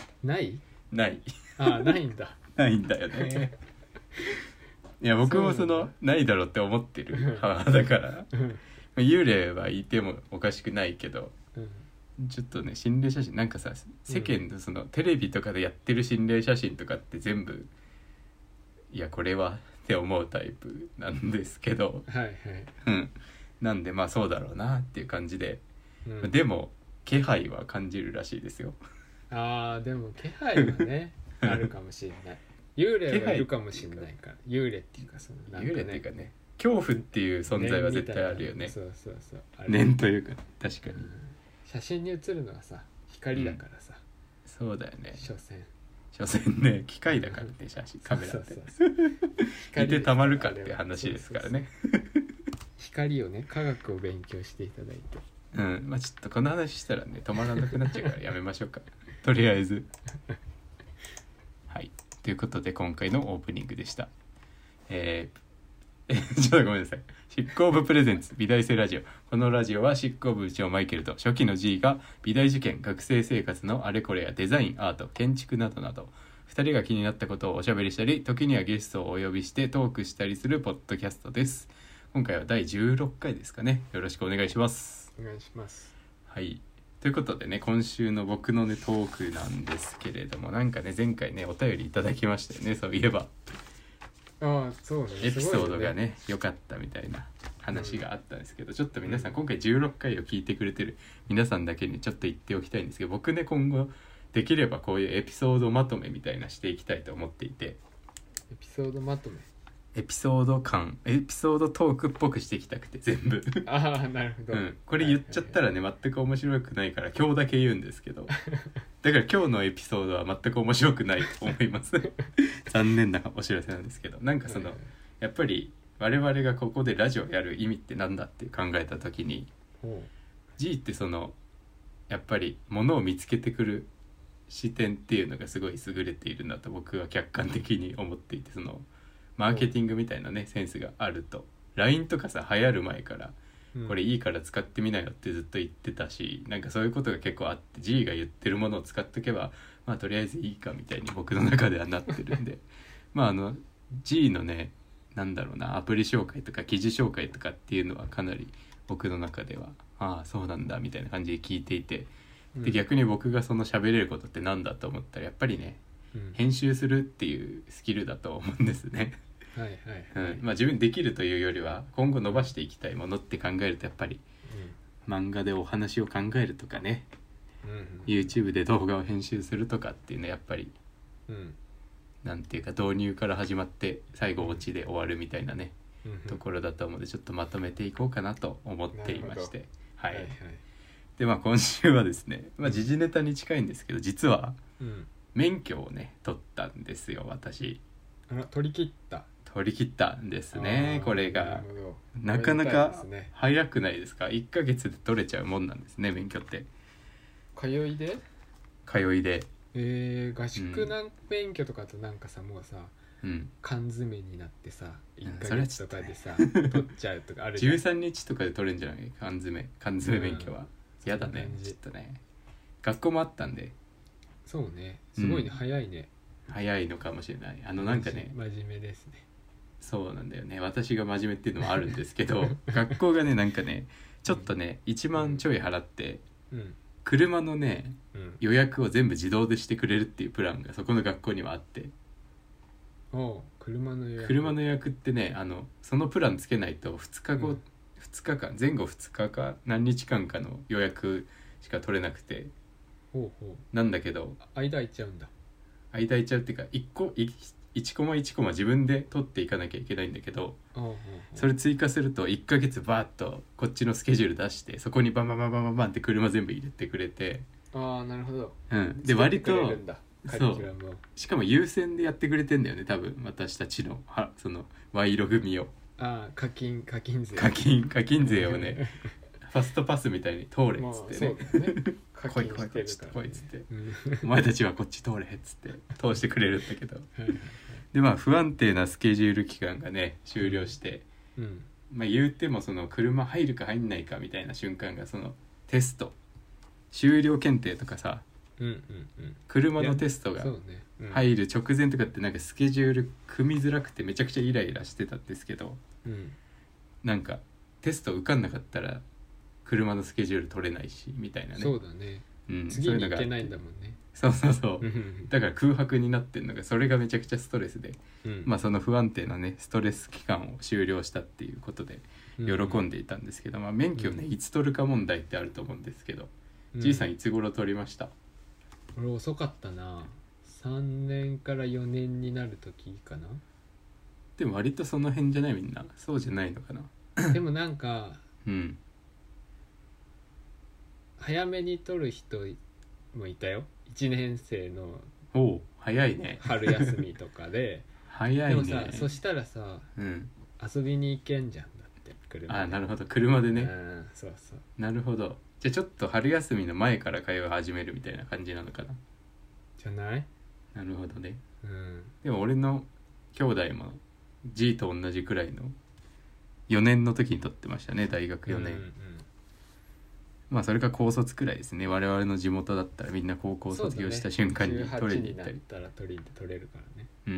ないんだないんだよねいや僕もないだろうって思ってる派だから幽霊はいてもおかしくないけど、ちょっとね心霊写真なんかさ、世間のテレビとかでやってる心霊写真とかって全部いやこれはって思うタイプなんですけど、なんでまあそうだろうなっていう感じで、でも気配は感じるらしいですよ。 でも気配はねあるかもしれない。幽霊はいるかもしれないから、幽霊っていうかなんか、ね、 幽霊っていうかね、恐怖っていう存在は絶対あるよね。 そう念というか確かに、 写真に写るのはさ光だからさ、 そうだよね。 所詮ね機械だからね、写真カメラっていてたまるかって話ですからね光をね科学を勉強していただいて、 まあちょっとこの話したらね止まらなくなっちゃうからやめましょうかとりあえずはいということで今回のオープニングでした。ちょっとごめんなさい。執行部プレゼンツ美大生ラジオ。このラジオは執行部部長マイケルと初期の G が美大受験、学生生活のあれこれやデザイン、アート、建築などなど2人が気になったことをおしゃべりしたり、時にはゲストをお呼びしてトークしたりするポッドキャストです。今回は第16回ですかね。よろしくお願いします。 お願いします。 はい。ということでね、今週の僕のねトークなんですけれども、なんかね前回ねお便りいただきましたよね。そういえば。 ああそうね、 エピソードがね良かったみたいな話があったんですけど、ちょっと皆さん今回16回を聞いてくれてる皆さんだけにちょっと言っておきたいんですけど、僕ね今後できればこういうエピソードまとめみたいなしていきたいと思っていて、 エピソードまとめ、 エピソードトークっぽくしていきたくて全部ああなるほど、 これ言っちゃったらね、全く面白くないから今日だけ言うんですけどだから今日のエピソードは全く面白くないと思います残念なお知らせなんですけど、なんかその、やっぱり我々がここでラジオやる意味ってなんだって考えた時に、G ってそのやっぱり物を見つけてくる視点っていうのがすごい優れているなと僕は客観的に思っていて、そのマーケティングみたいなねセンスがあると、 LINE とかさ流行る前からこれいいから使ってみなよってずっと言ってたし、なんかそういうことが結構あって、 G が言ってるものを使っとけばまあとりあえずいいかみたいに僕の中ではなってるんでまあG のねなんだろうな、アプリ紹介とか記事紹介とかっていうのはかなり僕の中ではああそうなんだみたいな感じで聞いていて、で逆に僕がその喋れることってなんだと思ったらやっぱりね、編集するっていうスキルだと思うんですねはいはいはい、 まあ自分できるというよりは今後伸ばしていきたいものって考えるとやっぱり、漫画でお話を考えるとかね、YouTube で動画を編集するとかっていうのはやっぱり、なんていうか導入から始まって最後オチで終わるみたいなね、ところだと思うのでちょっとまとめていこうかなと思っていまして、はい、でまあ今週はですね、まあ時事ネタに近いんですけど、実は免許をね取ったんですよ私。 取り切ったんですね。これがなかなか早くないですか。1ヶ月で取れちゃうもんなんですね、免許って。 通いで合宿なん免許とかとなんかさ、もうさ、缶詰になってさ1ヶ月とかでさ取っちゃうとかあるじゃん 13日とかで取れるんじゃない、缶詰免許は。やだね、ちょっとね。学校もあったんで。 そうね、すごいね、早いね。 早いのかもしれない。なんかね、 真面目ですね。 そうなんだよね、私が真面目っていうのもあるんですけど学校がねなんかねちょっとね1万ちょい払って、車のね、予約を全部自動でしてくれるっていうプランがそこの学校にはあって、 車の予約ってね、そのプランつけないと2日後、2日間前後2日か何日間かの予約しか取れなくて、なんだけど間空いちゃうんだ。 間空いちゃうっていうか1コマ1コマ自分で取っていかなきゃいけないんだけど、それ追加すると1ヶ月バーッとこっちのスケジュール出して、そこにバンバンバンバンバンバンって車全部入れてくれて、 なるほど、 で割とそうしかも優先でやってくれてんだよね多分、私たちのその賄賂組を課金税をねファストパスみたいに通れっつってね、来いっつって、お前たちはこっち通れっつって通してくれるんだけどでまあ不安定なスケジュール期間がね終了して、まあ言うてもその車入るか入んないかみたいな瞬間がそのテスト終了検定とかさ、車のテストが入る直前とかってなんかスケジュール組みづらくてめちゃくちゃイライラしてたんですけど、なんかテスト受かんなかったら車のスケジュール取れないしみたいなね。 そうだね、次に行けないんだもんね。 そうだから空白になってるのがそれがめちゃくちゃストレスで、まあその不安定なねストレス期間を終了したっていうことで喜んでいたんですけど、まあ免許をねいつ取るか問題ってあると思うんですけど、G さんいつ頃取りました？ 俺遅かったな。3年から4年になる時かな。 でも割とその辺じゃない、みんなそうじゃないのかなでもなんか早めに取る人もいたよ。1年生の早いね春休みとかで早いね。 でもさ、そしたらさ、遊びに行けんじゃん。だって車で。 あ、なるほど、車でね。 そうそう。 なるほど。じゃあちょっと春休みの前から会話始めるみたいな感じなのかな。 じゃない？ なるほどね。 うん。 でも俺の兄弟も G と同じくらいの4年の時に取ってましたね、大学4年。 うんうん、 まあそれが高卒くらいですね。我々の地元だったらみんな高校卒業した瞬間に取りに行ったり。 18になったら取れるからね。 うん。 うん。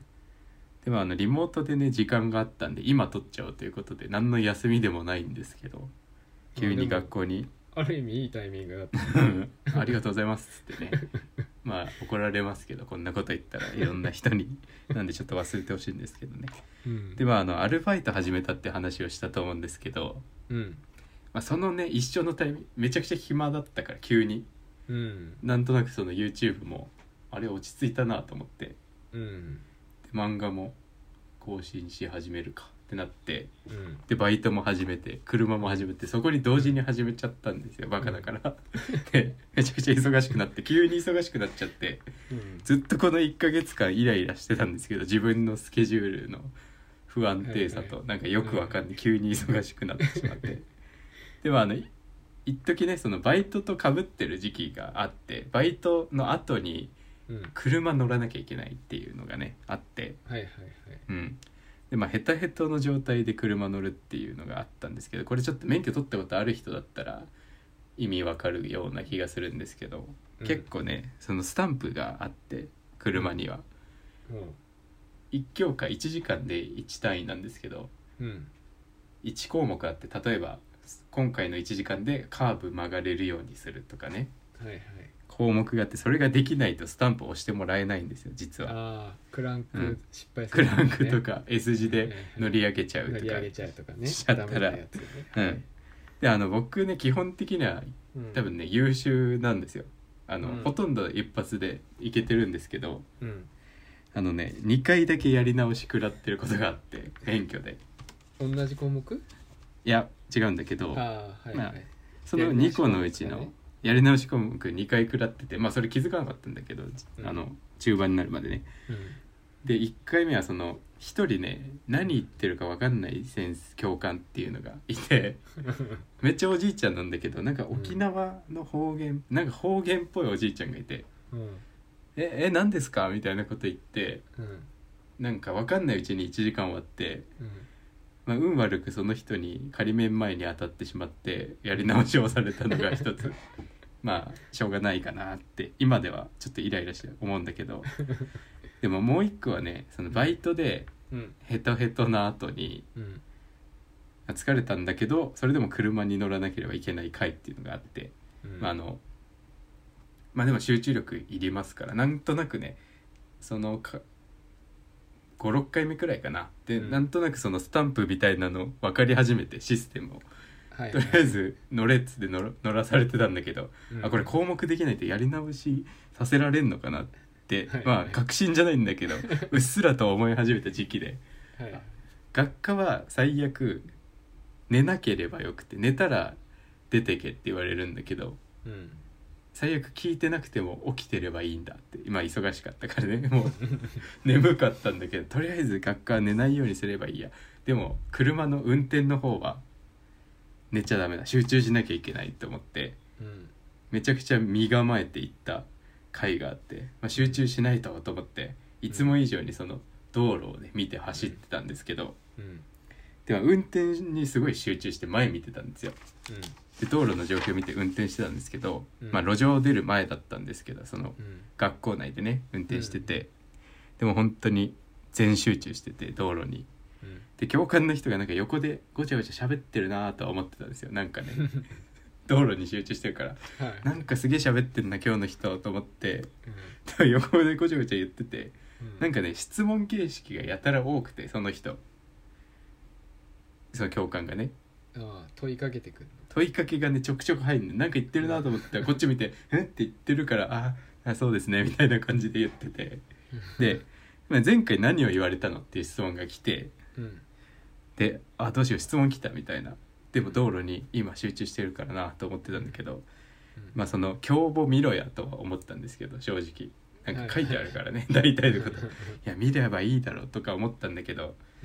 でもリモートでね時間があったんで今取っちゃおうということで何の休みでもないんですけど、急に学校にある意味いいタイミングだったありがとうございますってねまあ怒られますけどこんなこと言ったらいろんな人になんでちょっと忘れてほしいんですけどね、 うん、 でアルバイト始めたって話をしたと思うんですけど、 うんまあ、そのね一緒のタイミングめちゃくちゃ暇だったから急に、 うん、 なんとなくその YouTube もあれ落ち着いたなと思って、 うん、 で漫画も更新し始めるかってなって、 うん、 でバイトも始めて車も始めてそこに同時に始めちゃったんですよ、バカだから、でめちゃくちゃ忙しくなって急に忙しくなっちゃって、ずっとこの1ヶ月間イライラしてたんですけど自分のスケジュールの不安定さとなんかよくわかんない、急に忙しくなってしまってでも一時ねそのバイトと被ってる時期があってバイトの後に車乗らなきゃいけないっていうのがねあって、 はいはいはい、 うん、でまあヘタヘタの状態で車乗るっていうのがあったんですけど、これちょっと免許取ったことある人だったら意味わかるような気がするんですけど、結構ねそのスタンプがあって車には、1教科1時間で1単位なんですけど、1項目あって、例えば今回の1時間でカーブ曲がれるようにするとかね、 はいはい、 項目があってそれができないとスタンプを押してもらえないんですよ実は。 あクランク失敗する、ね、クランクとか S 字で乗り上げちゃうとか、 乗り上げちゃうとかねしちゃったら、ね、で僕ね基本的には多分ね、優秀なんですよ。ほとんど一発でいけてるんですけど、2回だけやり直し食らってることがあって免許で。 同じ項目？ いや違うんだけど、 はいはい、 その2個のうちのやり直し項目2回食らってて、まあそれ気づかなかったんだけど、中盤になるまでね、で1回目はその1人ね何言ってるか分かんない教官っていうのがいてめっちゃおじいちゃんなんだけどなんか沖縄の方言、なんか方言っぽいおじいちゃんがいて、何ですかみたいなこと言って、なんか分かんないうちに1時間終わって、まあ、運悪くその人に仮免前に当たってしまってやり直しをされたのが一つまあしょうがないかなって今ではちょっとイライラして思うんだけどでももう一個はねそのバイトでヘトヘトな後に、疲れたんだけどそれでも車に乗らなければいけない回っていうのがあって、まあでも集中力いりますからなんとなくねその5,6 回目くらいかなで、なんとなくそのスタンプみたいなの分かり始めてシステムを、とりあえず乗れっつって乗らされてたんだけど、これ項目できないとやり直しさせられんのかなって、まあ確信じゃないんだけどうっすらと思い始めた時期で、学科は最悪寝なければよくて寝たら出てけって言われるんだけど、最悪聞いてなくても起きてればいいんだって今忙しかったからねもう眠かったんだけどとりあえず学科は寝ないようにすればいいや、でも車の運転の方は寝ちゃダメだ集中しなきゃいけないと思って、めちゃくちゃ身構えていった回があって、集中しないと思っていつも以上にその道路をね見て走ってたんですけど、でも運転にすごい集中して前見てたんですよ、で道路の状況を見て運転してたんですけど、路上出る前だったんですけどその学校内でね運転してて、でも本当に全集中してて道路に、で教官の人がなんか横でごちゃごちゃ喋ってるなとは思ってたんですよなんかね道路に集中してるから、なんかすげえ喋ってんな今日の人と思って、横でごちゃごちゃ言ってて、なんかね質問形式がやたら多くてその教官がね問いかけてくる問いかけがねちょくちょく入るの、なんか言ってるなと思ったらこっち見て「えっ?」て言ってるから「あそうですね」みたいな感じで言っててで、前回何を言われたのっていう質問が来て、でどうしよう質問来たみたいな、でも道路に今集中してるからなと思ってたんだけど、その教簿見ろやとは思ったんですけど正直なんか書いてあるからね大体のこといや見ればいいだろうとか思ったんだけど、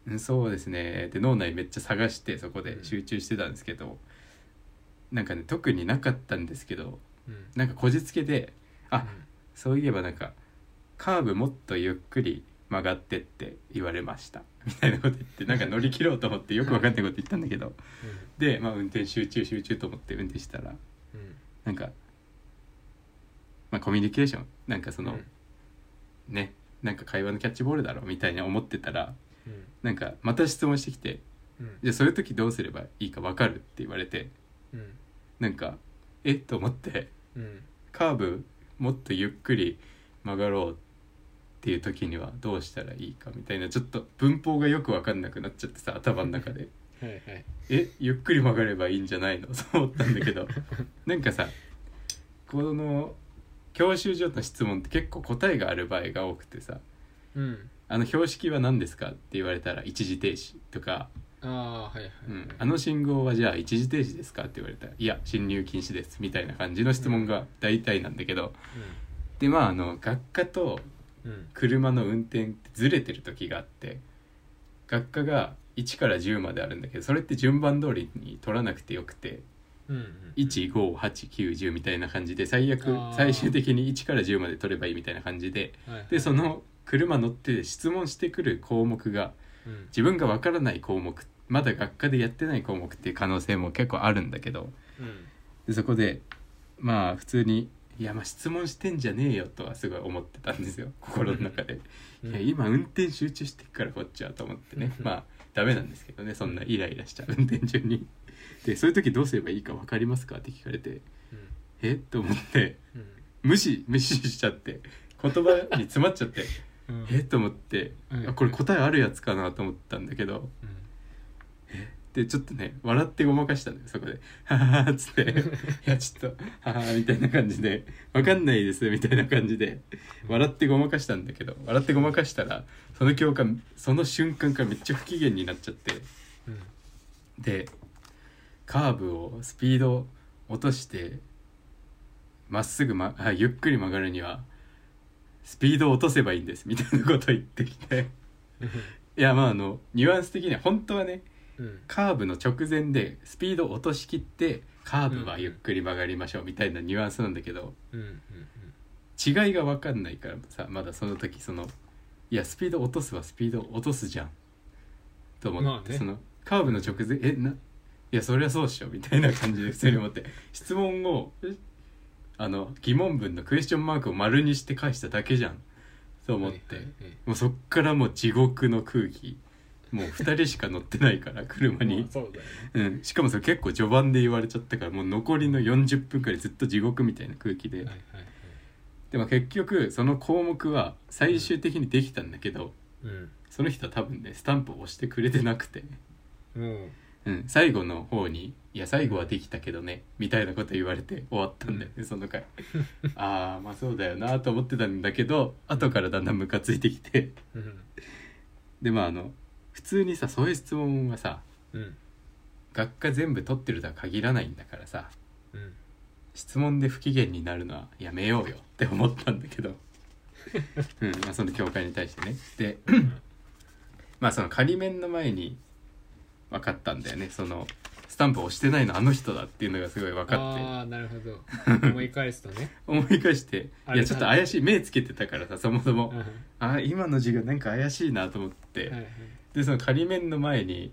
そうですね。で脳内めっちゃ探してそこで集中してたんですけど、なんかね特になかったんですけど、なんかこじつけでそういえばなんかカーブもっとゆっくり曲がってって言われましたみたいなこと言ってなんか乗り切ろうと思ってよく分かんないこと言ったんだけどで、運転集中と思って運転したらなんか、コミュニケーションなんかその、ねなんか会話のキャッチボールだろみたいに思ってたら、なんかまた質問してきて、じゃあそういう時どうすればいいか分かるって言われて、なんかと思って、カーブもっとゆっくり曲がろうっていう時にはどうしたらいいかみたいなちょっと文法がよく分かんなくなっちゃってさ頭の中ではい、はい、 ゆっくり曲がればいいんじゃないのそう思ったんだけどなんかさこの教習所の質問って結構答えがある場合が多くてさ、標識は何ですかって言われたら一時停止とか、 はいはい、 あの信号はじゃあ一時停止ですかって言われたらいや進入禁止ですみたいな感じの質問が大体なんだけど、で学科と車の運転ってずれてる時があって、学科が1から10まであるんだけどそれって順番通りに取らなくてよくて、15890みたいな感じで最終的に1から10まで取ればいいみたいな感じで、でその車乗って質問してくる項目が、自分がわからない項目まだ学科でやってない項目っていう可能性も結構あるんだけど、でそこで普通にいや質問してんじゃねえよとはすごい思ってたんですよ心の中で、いや今運転集中してっからこっちはと思ってねダメなんですけどねそんなイライラしちゃう運転中にでそういう時どうすればいいか分かりますかって聞かれて、と思って、無視しちゃって言葉に詰まっちゃってと思って、これ答えあるやつかなと思ったんだけど、でちょっとね笑ってごまかしたんだよそこではははっつっていやちょっとははみたいな感じでわかんないですみたいな感じで笑ってごまかしたんだけど、笑ってごまかしたらその教官その瞬間からめっちゃ不機嫌になっちゃって、でカーブをスピード落としてまっすぐ、ゆっくり曲がるにはスピードを落とせばいいんですみたいなこと言ってきていやニュアンス的には本当はねカーブの直前でスピードを落としきってカーブはゆっくり曲がりましょうみたいなニュアンスなんだけど、違いが分かんないからさまだその時いやスピード落とすはスピード落とすじゃんと思って、そのカーブの直前いやそりゃそうっしょみたいな感じで普通に思って質問を疑問文のクエスチョンマークを丸にして返しただけじゃんと思って、もうそっからもう地獄の空気もう2人しか乗ってないから車にそうだよね、 しかもそれ結構序盤で言われちゃったからもう残りの40分くらいずっと地獄みたいな空気で、でも結局その項目は最終的にできたんだけど、その人は多分ねスタンプを押してくれてなくて、最後の方にいや最後はできたけどねみたいなこと言われて終わったんだよね、その回そうだよなと思ってたんだけど後からだんだんムカついてきてで普通にさそういう質問はさ、学科全部取ってるとは限らないんだからさ、質問で不機嫌になるのはやめようよって思ったんだけどその教会に対してねでその仮面の前に分かったんだよね、そのスタンプ押してないのあの人だっていうのがすごい分かってなるほど思い返すとね思い返していやちょっと怪しい目つけてたからさそもそも今の授業なんか怪しいなと思って、でその仮面の前に、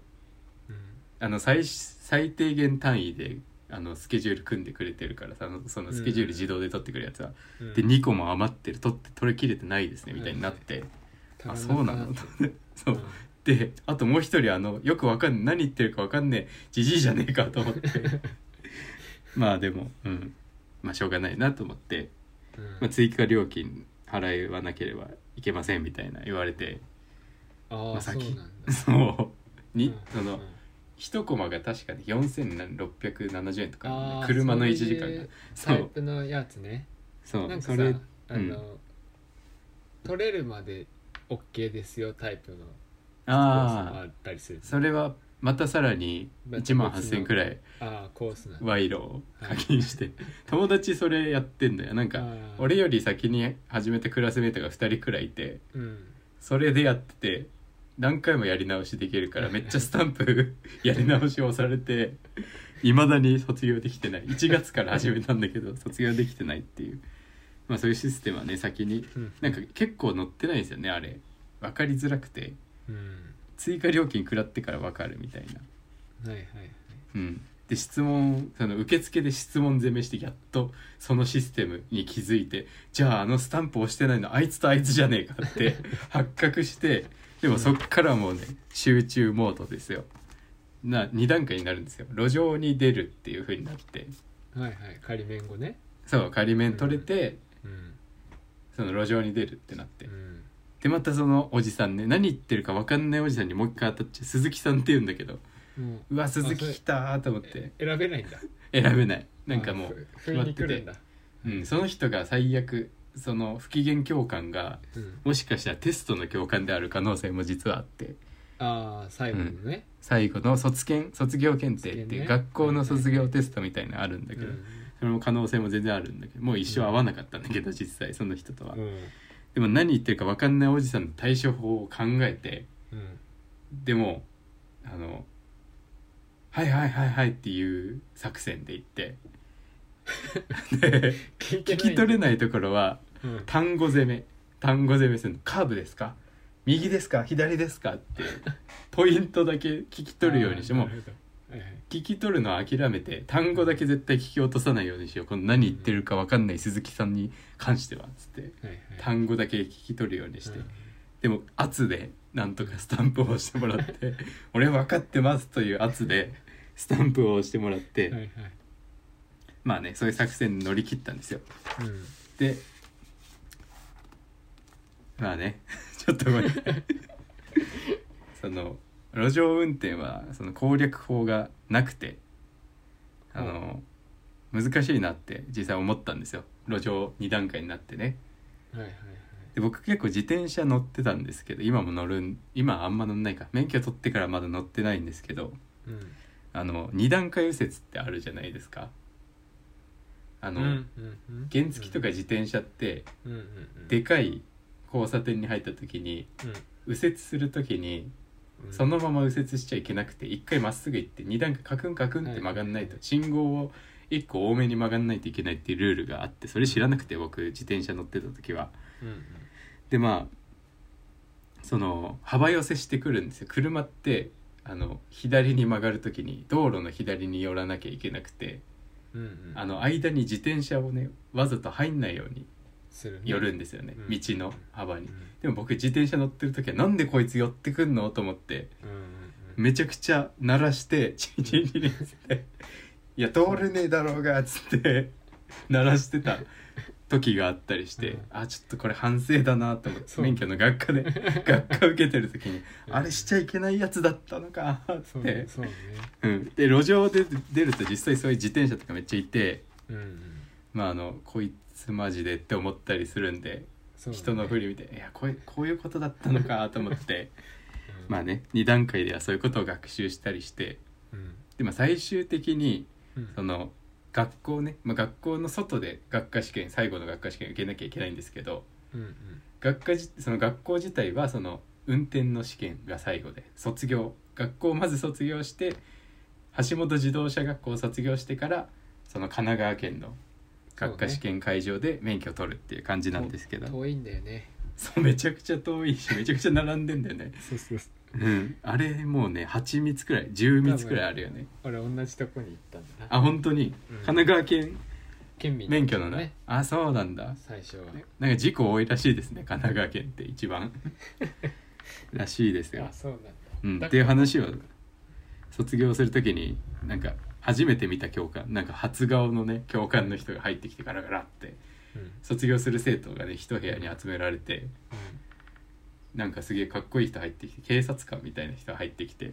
最低限単位でスケジュール組んでくれてるからさそのスケジュール自動で取ってくるやつは、で2個も余ってる取り切れてないですねみたいになって、そうなのそう、であともう一人よくわかんない何言ってるかわかんねえじじいじゃねえかと思ってでもしょうがないなと思って、追加料金払わなければいけませんみたいな言われて、そうにその1コマが確かに4670円とか、車の1時間がタイプのやつね。 そうなんかさそれ取れるまで OK ですよタイプのコースもあったりする。 それはまたさらに1万8000円くらいコースな賄賂を課金して友達それやってんだよ。なんか俺より先に始めたクラスメートが2人くらいいて、それでやってて何回もやり直しできるからめっちゃスタンプやり直しをされていまだに卒業できてない。1月から始めたんだけど卒業できてないっていう、まあそういうシステムはね先になんか結構載ってないんですよね、あれ分かりづらくて、追加料金食らってから分かるみたいな。 はいはいはい。 うん、で質問、その受付で質問攻めしてやっとそのシステムに気づいて、じゃああのスタンプ押してないのあいつとあいつじゃねえかって発覚して、でもそっからもうね集中モードですよ。2段階になるんですよ。路上に出るっていう風になって、 はいはい、仮免後ね。 そう仮免取れて、 うんその路上に出るってなって、 うん、 でまたそのおじさんね、何言ってるか分かんないおじさんにもう一回当たっちゃう。鈴木さんって言うんだけど、うわ鈴木来たと思って選べないんだ。 選べない。なんかもう不意に来るんだ。 うん、その人が最悪その不機嫌教官が、もしかしたらテストの教官である可能性も実はあって、 ああ最後のね、 最後の卒業検定っていう学校の卒業テストみたいなのあるんだけど、それも可能性も全然あるんだけど、もう一生会わなかったんだけど、実際その人とは、でも何言ってるか分かんないおじさんの対処法を考えて、でもはいはいはいはいっていう作戦で行ってで聞き取れないところは単語攻めするの。カーブですか、右ですか、左ですかってポイントだけ聞き取るようにして、もう聞き取るのは諦めて単語だけ絶対聞き落とさないようにしよう、この何言ってるか分かんない鈴木さんに関してはつって単語だけ聞き取るようにして、でも圧でなんとかスタンプを押してもらって俺分かってますという圧でスタンプを押してもらって、まあねそういう作戦に乗り切ったんですよ。でまあねちょっとごめんその路上運転はその攻略法がなくて難しいなって実際思ったんですよ。路上2段階になってね。で僕結構自転車乗ってたんですけど、今あんま乗んないか、免許取ってからまだ乗ってないんですけど、2段階右折ってあるじゃないですか。原付とか自転車ってでかい交差点に入った時に右折する時にそのまま右折しちゃいけなくて、一回まっすぐ行って2段階カクンカクンって曲がんないと、信号を1個多めに曲がんないといけないっていうルールがあって、それ知らなくて僕自転車乗ってた時は、でまあその幅寄せしてくるんですよ。車って左に曲がる時に道路の左に寄らなきゃいけなくて、間に自転車をねわざと入んないように寄るんですよね、道の幅に。でも僕自転車乗ってる時はなんでこいつ寄ってくんのと思って、めちゃくちゃ鳴らしてチンチンチンっていや通れねえだろうがっつって鳴らしてた時があったりして、ちょっとこれ反省だなと思って、免許の学科で学科受けてる時にあれしちゃいけないやつだったのかって、で路上で出ると実際そういう自転車とかめっちゃいて、まあこいつマジでって思ったりするんで、人の振り見ていやこういうことだったのかと思ってまあね2段階ではそういうことを学習したりして、でも最終的にその学校ね、学校の外で最後の学科試験受けなきゃいけないんですけど、その学校自体はその運転の試験が最後で、学校をまず卒業して橋本自動車学校を卒業してからその神奈川県の学科試験会場で免許を取るっていう感じなんですけど、 遠いんだよね。 そうめちゃくちゃ遠いしめちゃくちゃ並んでんだよね。あれもうね8密くらい10密くらいあるよね。 俺同じとこに行ったんだな。 本当に、神奈川県民免許のね。そうなんだ。 最初はなんか事故多いらしいですね、神奈川県って一番らしいですよ。 そうなんだ。 っていう話を卒業するときになんか初めて見た教官、なんか初顔のね教官の人が入ってきてガラガラって、卒業する生徒がね一部屋に集められて、なんかすげえかっこいい人入ってきて、警察官みたいな人が入ってきて、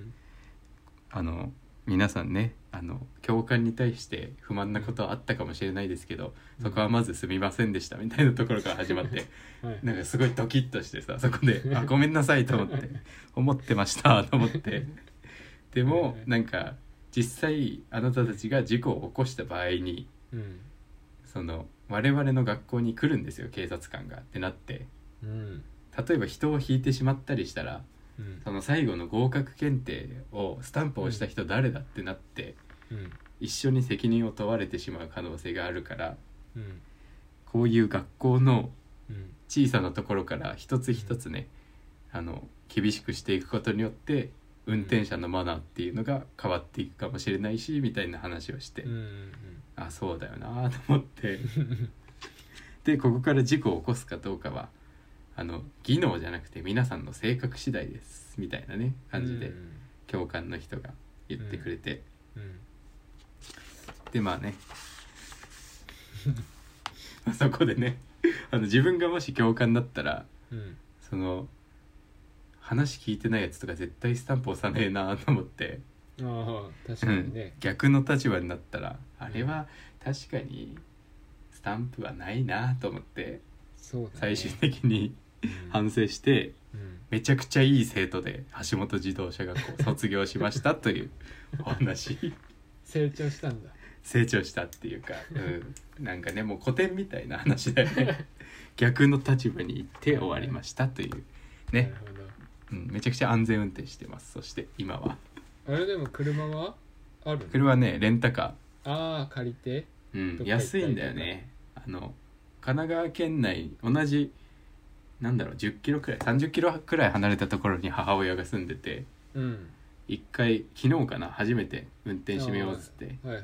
皆さんね教官に対して不満なことはあったかもしれないですけど、そこはまずすみませんでしたみたいなところから始まって、なんかすごいドキッとしてさ、そこでごめんなさいと思ってましたと思ってでもなんか実際あなたたちが事故を起こした場合に、その我々の学校に来るんですよ警察官がってなって、例えば人をひいてしまったりしたら、 その最後の合格検定をスタンプを押した人誰だってなって、一緒に責任を問われてしまう可能性があるから、こういう学校の小さなところから一つ一つね、厳しくしていくことによって運転者のマナーっていうのが変わっていくかもしれないし、みたいな話をして、あ、そうだよなと思ってでここから事故を起こすかどうかは技能じゃなくて皆さんの性格次第ですみたいなね感じで教官の人が言ってくれて、でまあねそこでね自分がもし教官だったら、その話聞いてないやつとか絶対スタンプ押さねえなと思って、 確かにね、 逆の立場になったらあれは確かにスタンプはないなと思って、 そうだね、 最終的に反省して、めちゃくちゃいい生徒で橋本自動車学校卒業しましたというお話成長したんだ。 成長したっていうか、なんかねもう古典みたいな話だよね逆の立場に行って終わりましたというね、 なるほど、 めちゃくちゃ安全運転してます。そして今はあれでも車はあるの？ 車ねレンタカー借りて、 安いんだよね。神奈川県内同じ10キロくらい30キロくらい離れたところに母親が住んでて、一回昨日かな初めて運転してみようっつって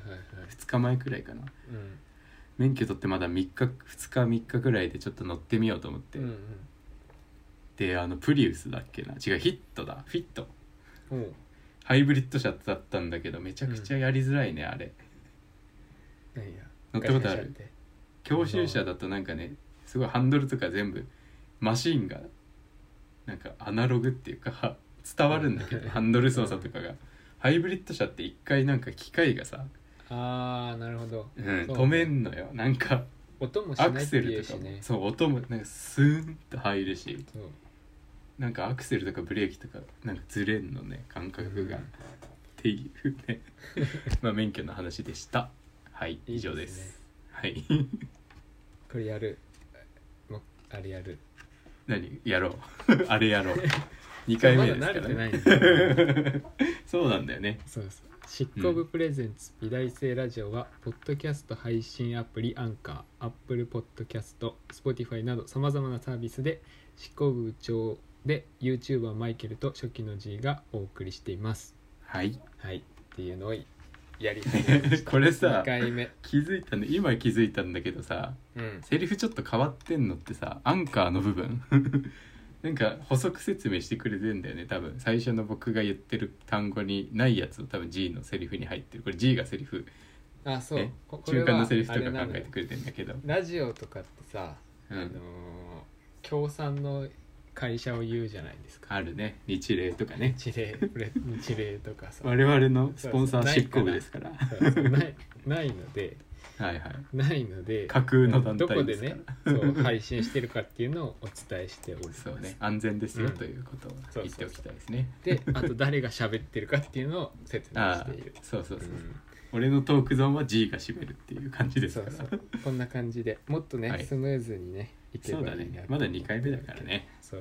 、2日前くらいかな、免許取ってまだ2日3日くらいでちょっと乗ってみようと思って、でプリウスだっけな、違うフィットハイブリッド車だったんだけどめちゃくちゃやりづらいね、あれ。乗ったことある？教習車だとなんかねすごいハンドルとか全部マシンがなんかアナログっていうか伝わるんだけど、ハンドル操作とかが、ハイブリッド車って一回なんか機械がさ、 なるほど、 止めんのよ。なんか音もしないっていうしね、 そう音もなんかスーンと入るし、なんかアクセルとかブレーキとかなんかずれんのね感覚が、っていうねまあ免許の話でした。はい、以上です。はい。 これやる。あれやる。 何やろうあれやろう。2回目ですからね。まだ慣れてないんそうなんだよね。 そう。執行部プレゼンツ美大生ラジオは、ポッドキャスト配信アプリアンカー、アップルポッドキャスト、Spotify などさまざまなサービスで執行部部長で YouTuber マイケルと初期の G がお送りしています。はいっていうのをやり始めましたこれさ 2回目今気づいたんだけどさ、セリフちょっと変わってんのってさ、アンカーの部分なんか補足説明してくれてんだよね。多分最初の僕が言ってる単語にないやつを多分 G のセリフに入ってる。これ G がセリフ、 そう中間のセリフとか考えてくれてんだけど、 ラジオとかってさ、協賛の会社を言うじゃないですか。 あるね、日霊とかね、 日霊とかさ我々のスポンサー執行部ですからないのでないので架空の団体ですから、 どこでねそう配信してるかっていうのをお伝えしております。 そうね、安全ですよということを言っておきたいですね。 であと誰が喋ってるかっていうのを説明している。 そう、俺のトークゾーンは G が占めるっていう感じですから。 そうこんな感じでもっとね、スムーズにねいけばいいな。 そうだね、まだ2回目だからね。 そう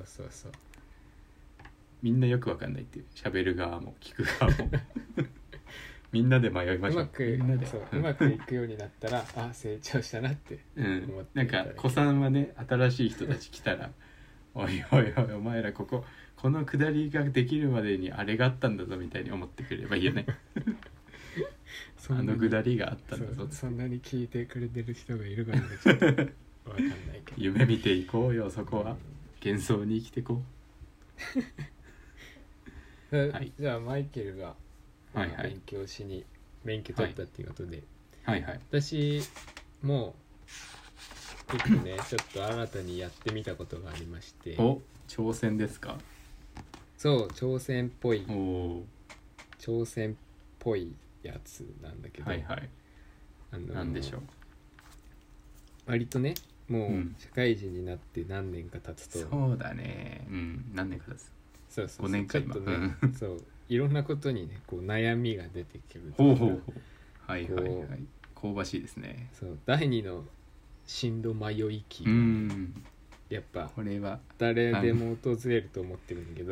みんなよくわかんないっていう、喋る側も聞く側もみんなで迷いましょう。 うまくいくようになったら成長したなって思って、 なんか子さんはね、新しい人たち来たらおいお前らこの下りができるまでにあれがあったんだぞみたいに思ってくれればいいよねあの下りがあったんだぞ。 そんなに聞いてくれてる人がいるかちょっと分かんないけど夢見ていこうよ、そこは。幻想に生きてこうじゃあマイケルが勉強しに免許取ったっていうことで、私も結構ねちょっと新たにやってみたことがありまして。 挑戦ですか？ そう挑戦っぽいやつなんだけど、 なんでしょう。 割とねもう社会人になって何年か経つと、 そうだね、何年か経つ、 そう 5年か今ちょっとねそういろんなことにねこう悩みが出てくる。 香ばしいですね。 そう第二の進路迷い期、やっぱこれは誰でも訪れると思ってるんだけど、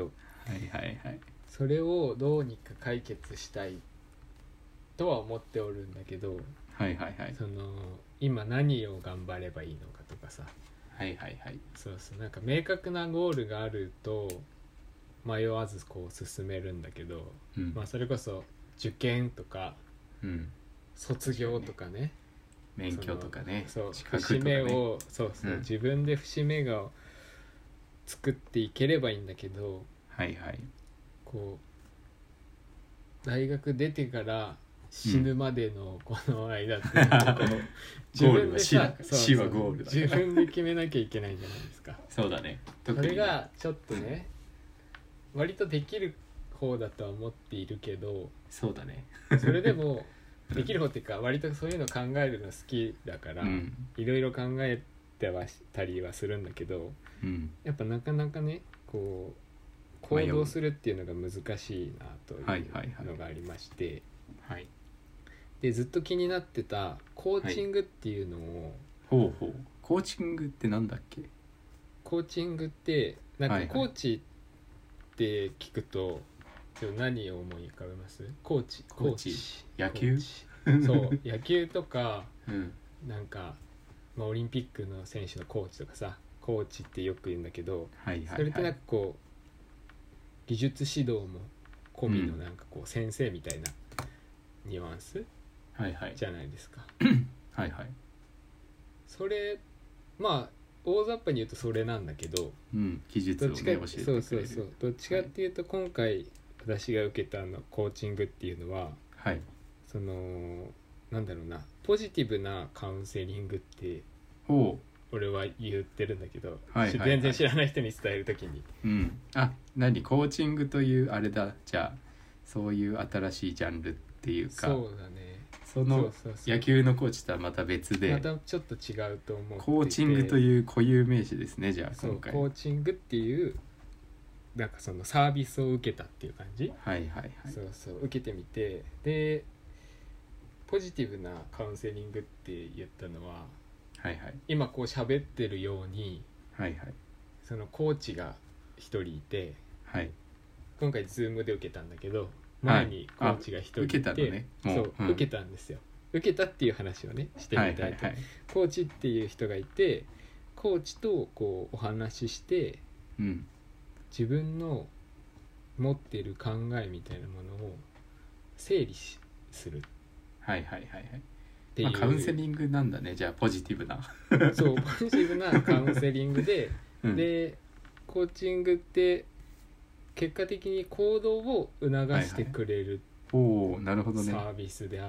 はいはいはい。 それをどうにか解決したいとは思っておるんだけど、 はいはいはい。 その今何を頑張ればいいのかとかさ、 はいはいはい。 そうそう、なんか明確なゴールがあると迷わずこう進めるんだけど、 うん、 まあそれこそ受験とか、 うん、 卒業とかね、 免許とかね、 そう資格節とかね。 目をそうそう、 うん、 自分で節目が作っていければいいんだけど、 はいはい。 こう大学出てから死ぬまでのこの間っていうのをこう自分でさ、 死はゴールだから自分で決めなきゃいけないじゃないですか。 そうだね。 そ特にねれがちょっとね、割とできる方だとは思っているけど、 そうだね。 それでもできる方っていうか割とそういうの考えるの好きだから、いろいろ考えてはしたりはするんだけど、 うん、 やっぱなかなかねこう行動するっていうのが難しいなというのがありまして、 はい、 でずっと気になってたコーチングっていうのを、 ほうほう。コーチングってなんだっけ？ コーチングってなんかコーチって聞くと、何を思い浮かべます？コーチ野球？ そう野球とか、 うん、 なんか、まあ、オリンピックの選手のコーチとかさ、コーチってよく言うんだけど、 はいはいはい、 それってなんかこう技術指導も込みのなんかこう先生みたいなニュアンス、 はいはい、 じゃないですか。 はいはい。 それまあ大雑把に言うとそれなんだけど、 うん、技術をね教えてくれる。 そうそうそう、どっちかっていうと今回私が受けたコーチングっていうのは、 はい、 そのなんだろうな、ポジティブなカウンセリングって俺は言ってるんだけど、 はいはいはい、 全然知らない人に伝えるときに、 うん、あ、何コーチングというあれだ、じゃあそういう新しいジャンルっていうか、 そうだね、 その野球のコーチとはまた別で、 またちょっと違うと思ってて、 コーチングという固有名詞ですね。じゃあ今回コーチングっていうなんかそのサービスを受けたっていう感じ、 はいはいはい、 そうそう受けてみて、でポジティブなカウンセリングって言ったのは、 はいはい、 今こう喋ってるように、 はいはい、 そのコーチが一人いて、 はい、 今回 Zoom で受けたんだけど、前にコーチが一人いて、 受けたのね、 そう、受けたんですよ。受けたっていう話をねしてみたいと、はいはいはい、コーチっていう人がいて、コーチとこうお話しして、 うん、 自分の持っている考えみたいなものを整理する、 はいはいはいはい、まあ、カウンセリングなんだね。じゃあポジティブなそうポジティブなカウンセリングで、うん、でコーチングって結果的に行動を促してくれる、 はいはい、なるほどね、 サービスであって、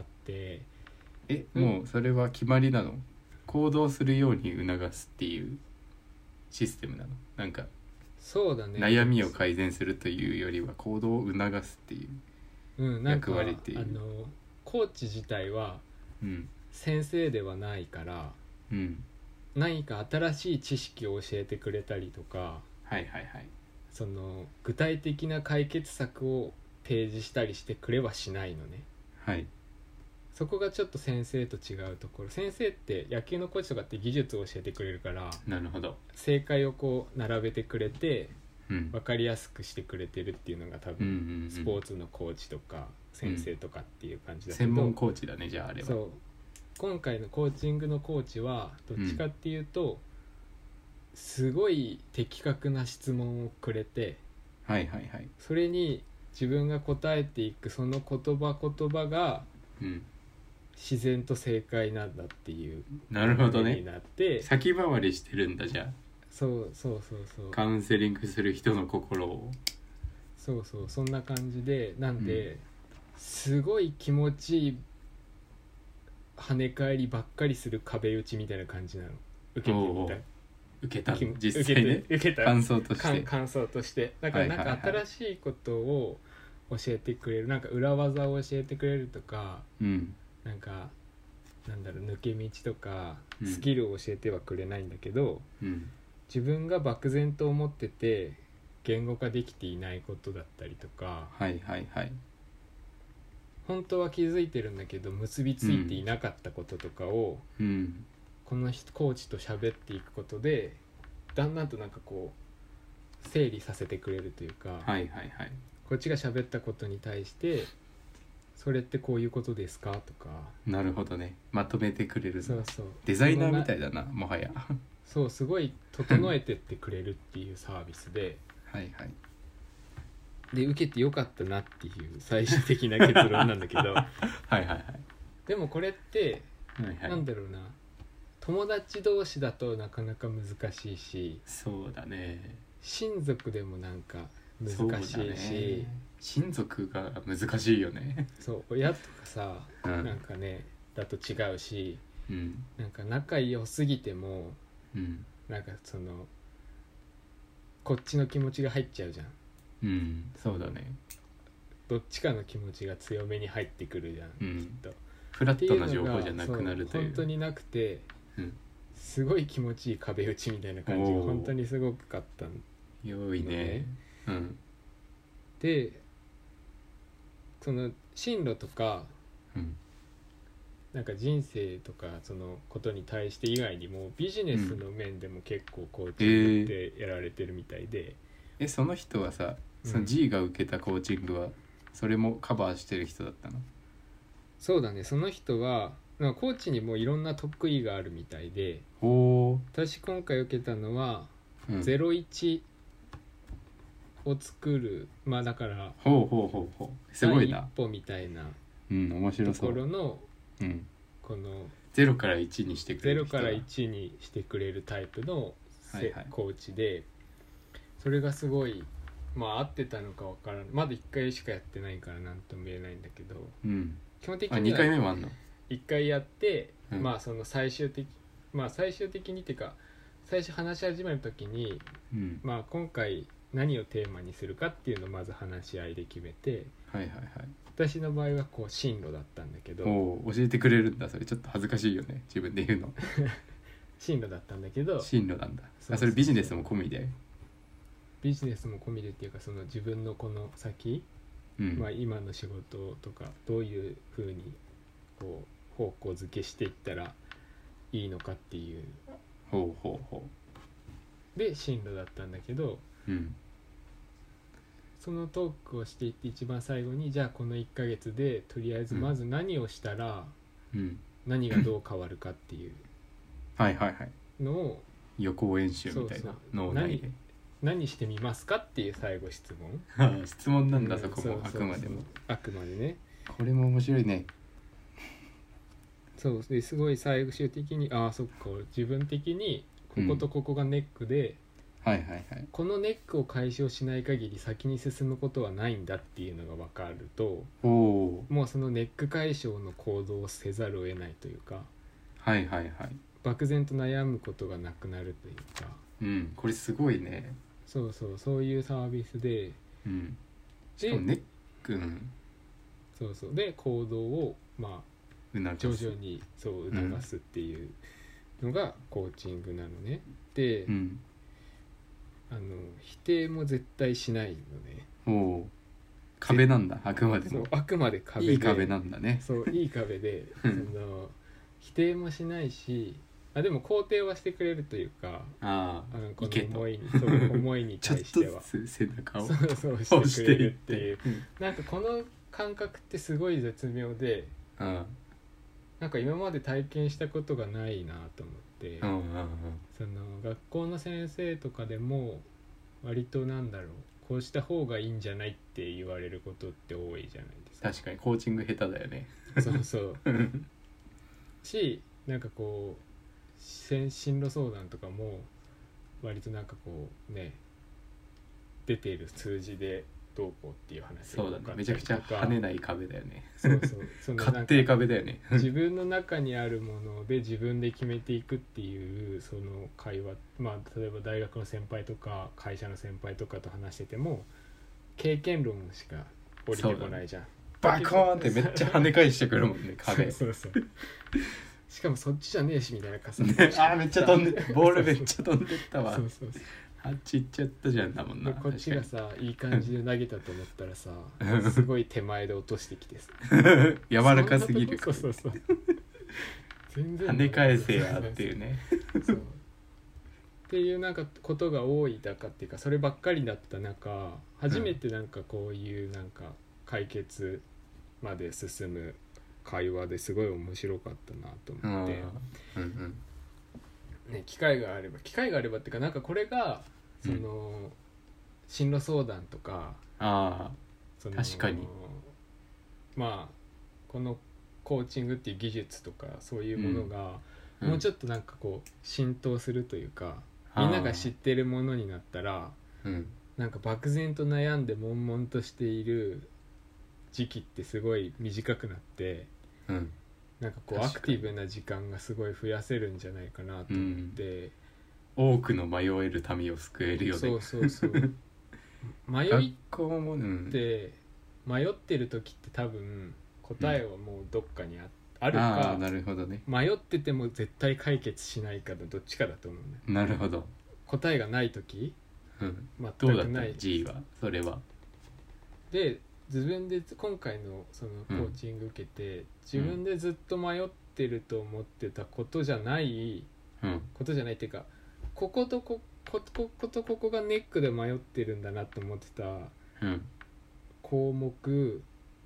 もうそれは決まりなの？行動するように促すっていうシステムなの？なんかそうだね、 悩みを改善するというよりは行動を促すっていう役割っていう、 コーチ自体は先生ではないから、うん、何か新しい知識を教えてくれたりとか、 はいはいはい、 その具体的な解決策を提示したりしてくれはしないのね。 はい。 そこがちょっと先生と違うところ。先生って野球のコーチとかって技術を教えてくれるから、 なるほど、 正解をこう並べてくれて、 うん、 分かりやすくしてくれてるっていうのが多分、うんうんうん、スポーツのコーチとか先生とかっていう感じだけど、 専門コーチだね。じゃああれはそう、今回のコーチングのコーチはどっちかっていうと、すごい的確な質問をくれて、 はいはいはい、 それに自分が答えていくその言葉が、うん、自然と正解なんだっていう、 なるほどね、 になって先回りしてるんだ。じゃあそうカウンセリングする人の心を、 そうそんな感じで、なんで、すごい気持ちいい跳ね返りばっかりする壁打ちみたいな感じなの。受けてみたい、 受けた実際ね、 受けた感想としてだからなんか新しいことを教えてくれる、なんか裏技を教えてくれるとか、うん、なんかなんだろう、抜け道とかスキルを教えてはくれないんだけど、うん、自分が漠然と思ってて言語化できていないことだったりとか、 はいはいはい、 本当は気づいてるんだけど結びついていなかったこととかを、うん、このコーチと喋っていくことでだんだんとなんかこう整理させてくれるというか、 はいはいはい、 こっちが喋ったことに対してそれってこういうことですかとか。 なるほどね、まとめてくれる。 そうそう、 デザイナーみたいだな、もはや。 そう、すごい整えてってくれるっていうサービスではいはい。 で受けてよかったなっていう最終的な結論なんだけどはいはいはい。 でもこれって、 はいはい、 なんだろうな、友達同士だとなかなか難しいし、 そうだね、 親族でもなんか難しいし、 ね、親族が難しいよね。 そう親とかさ、 うん、 なんかねだと違うし、 うん、 なんか仲良すぎても、 うん、 なんかそのこっちの気持ちが入っちゃうじゃん。 うん、そうだね。 どっちかの気持ちが強めに入ってくるじゃん、 うん、 きっと。 フラットな情報じゃなくなるという。 本当になくて、 うん、 すごい気持ちいい壁打ちみたいな感じが本当にすごくかったの。 良いね。うん。 で、その進路とか、 うん、 なんか人生とかそのことに対して以外にもビジネスの面でも結構コーチングってやられてるみたいで、 その人はさ、その G が受けたコーチングはそれもカバーしてる人だったの？ そうだね、その人はコーチにもいろんな得意があるみたいで、私今回受けたのは、01を作る、まあだからすごいな、 第一歩みたいな面白そうところの、この 0から1にしてくれる 0から1にしてくれるタイプの、 はいはい、 コーチで、それがすごいまあ合ってたのか分からない、まだ1回しかやってないから何とも言えないんだけど、基本的には 2回目もあんの 1回やって、まあその最終的にっていうか最初話し始める時に、まあ今回何をテーマにするかっていうのをまず話し合いで決めて、私の場合はこう進路だったんだけど、 教えてくれるんだ。それちょっと恥ずかしいよね、自分で言うの。 進路だったんだけど、 進路なんだ。それビジネスも込みで？ ビジネスも込みでっていうか、その自分のこの先、まあ今の仕事とかどういうふうにこう方向づけしていったらいいのかっていうで進路だったんだけど、そのトークをしていって一番最後に、じゃあこの1ヶ月でとりあえずまず何をしたら何がどう変わるかっていうのを予行演習みたいな脳内で何してみますかっていう最後質問質問なんだ、そこもあくまでも。 あくまでね。 これも面白いね。 そうですごい最終的にそっか、自分的にこことここがネックで、このネックを解消しない限り先に進むことはないんだっていうのが分かると、もうそのネック解消の行動をせざるを得ないというか、漠然と悩むことがなくなるというか、 これすごいね。 そういうサービスで、 しかもネック、 で行動をまあ徐々に促すっていうのがコーチングなのね。で、否定も絶対しないのね。 壁なんだ、あくまでも。 あくまで壁で、 いい壁なんだね。 いい壁で否定もしないし、でも肯定はしてくれるというか、この思いに対してはちょっとずつ背中をしてくれるっていうなんかこの感覚ってすごい絶妙で、なんか今まで体験したことがないなと思って、その学校の先生とかでも割となんだろう、こうした方がいいんじゃないって言われることって多いじゃないですか。 確かにコーチング下手だよね。 し、なんかこう進路相談とかも割となんかこうね、出ている数字でどうこうっていう話が多かったりとか、 めちゃくちゃ跳ねない壁だよね。 その勝手壁だよね。 自分の中にあるもので自分で決めていくっていうその会話、例えば大学の先輩とか会社の先輩とかと話してても経験論しか降りてこないじゃん。 バコーンってめっちゃ跳ね返してくるもんね、壁。 しかもそっちじゃねえしみたいな傘、 めっちゃ飛んで、ボールめっちゃ飛んでったわ。あっち行っちゃったじゃんだもんな。 こっちがさ、いい感じで投げたと思ったらさすごい手前で落としてきてさ柔らかすぎる。 全然跳ね返せやっていうね。 っっていうなんかことが多いだかっていうかそればっかりだった中初めてなんかこういうなんか解決まで進む会話ですごい面白かったなと思って、ね、機会があればっていうかなんかこれがその、進路相談とかその確かにまあこのコーチングっていう技術とかそういうものがもうちょっとなんかこう浸透するというか、みんなが知ってるものになったら、なんか漠然と悩んで悶々としている時期ってすごい短くなって、なんかこうアクティブな時間がすごい増やせるんじゃないかなと思って、 多くの迷える民を救えるよね。 そう迷いって迷ってる時って多分答えはもうどっかにあるか、 なるほどね、 迷ってても絶対解決しないかのどっちかだと思うんだよ。 なるほど。 答えがない時、全どうだくないった G はそれは。 で自分で今回のそのコーチング受けて、自分でずっと迷ってると思ってたことじゃない、ことじゃないっていうかこことここがネックで迷ってるんだなと思ってた項目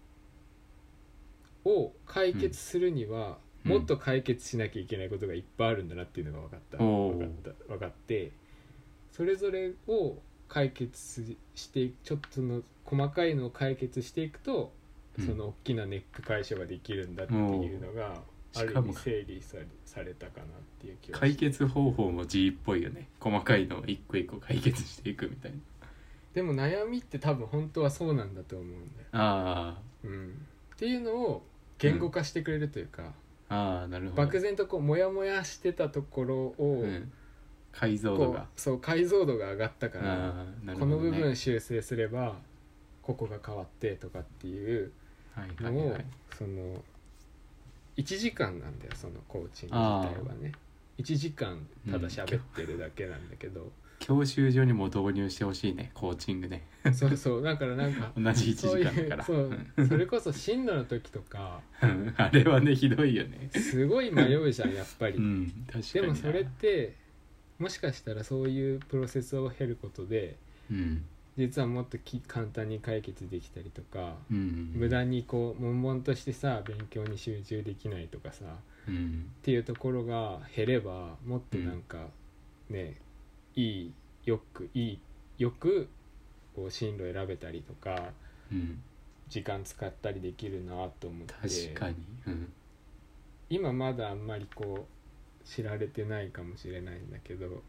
を解決するには、もっと解決しなきゃいけないことがいっぱいあるんだなっていうのが分かって、それぞれを解決してちょっとの細かいのを解決していくと、その大きなネック解消ができるんだっていうのがある意味整理されたかなっていう気がして、 解決方法も G っぽいよね。細かいのを一個一個解決していくみたいな。 でも悩みって多分本当はそうなんだと思うんだよ。っていうのを言語化してくれるというか、 なるほど。 漠然とこうモヤモヤしてたところを、 解像度が上がったから、この部分修正すればここが変わってとかっていうのを、その1時間なんだよ、そのコーチング自体はね。1時間ただ喋ってるだけなんだけど、 教習所にも導入してほしいね、コーチングね。 そうだからなんか同じ1時間だからそれこそ進路の時とかあれはねひどいよね。 すごい迷うじゃんやっぱり、 確かに。 でもそれってもしかしたらそういうプロセスを経ることで、実はもっと簡単に解決できたりとか、無駄にこう悶々としてさ勉強に集中できないとかさ、っていうところが減ればもっとなんかね、よくこう進路選べたりとか、時間使ったりできるなと思って。 確かに、 今まだあんまりこう知られてないかもしれないんだけど、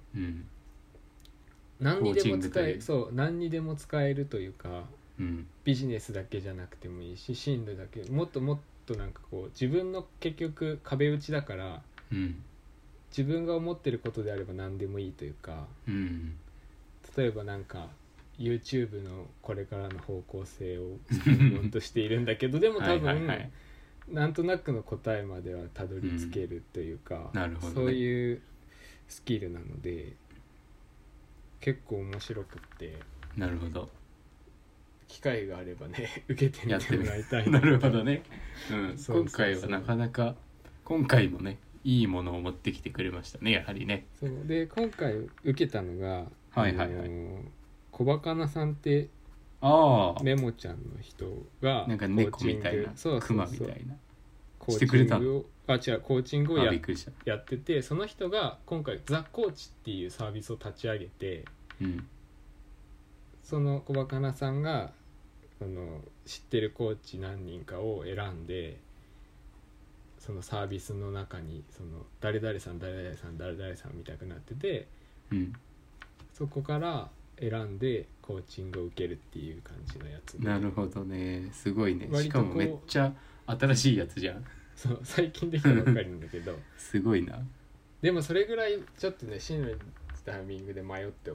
何にでも使えるというか、ビジネスだけじゃなくてもいいし、進路だけもっとなんかこう自分の結局壁打ちだから、自分が思ってることであれば何でもいいというか、例えばなんか YouTube のこれからの方向性を悶々としているんだけどでも多分なんとなくの答えまではたどり着けるというか、そういうスキルなので結構面白くって、 なるほど、 機会があればね受けてみてもらいたいなるほどね、今回はなかなか今回もねいいものを持ってきてくれましたね、やはりね。 そうで今回受けたのが小バカなさんってメモちゃんの人がなんか猫みたいなクマみたいなコーチングをコーチングをやってて、その人が今回ザ・コーチっていうサービスを立ち上げて、その小バカなさんがその知ってるコーチ何人かを選んで、そのサービスの中にその誰々さん誰々さん誰々さん見たくなってて、そこから選んでコーチングを受けるっていう感じのやつで。 なるほどね、すごいね。しかもめっちゃ新しいやつじゃん。 そう最近できたばっかりなんだけどすごいな。 でもそれぐらいちょっとね進路のタイミングで迷っておって、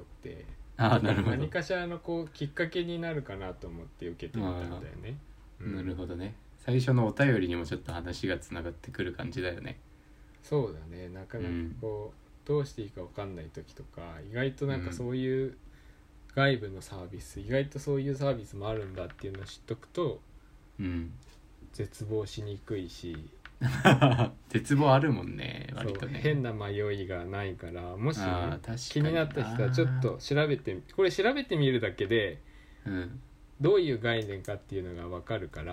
なるほど、 何かしらのこうきっかけになるかなと思って受けてみたんだよね。 なるほどね。最初のお便りにもちょっと話がつながってくる感じだよね。 そうだね、なかなかこう、どうしていいか分かんない時とか、意外となんかそういう外部のサービス、意外とそういうサービスもあるんだっていうのを知っとくと、絶望しにくいし絶望あるもんね割とね。 変な迷いがないから、もし、ね、 確かに気になった人はちょっと調べて、これ調べてみるだけで、 うん、 どういう概念かっていうのが分かるから、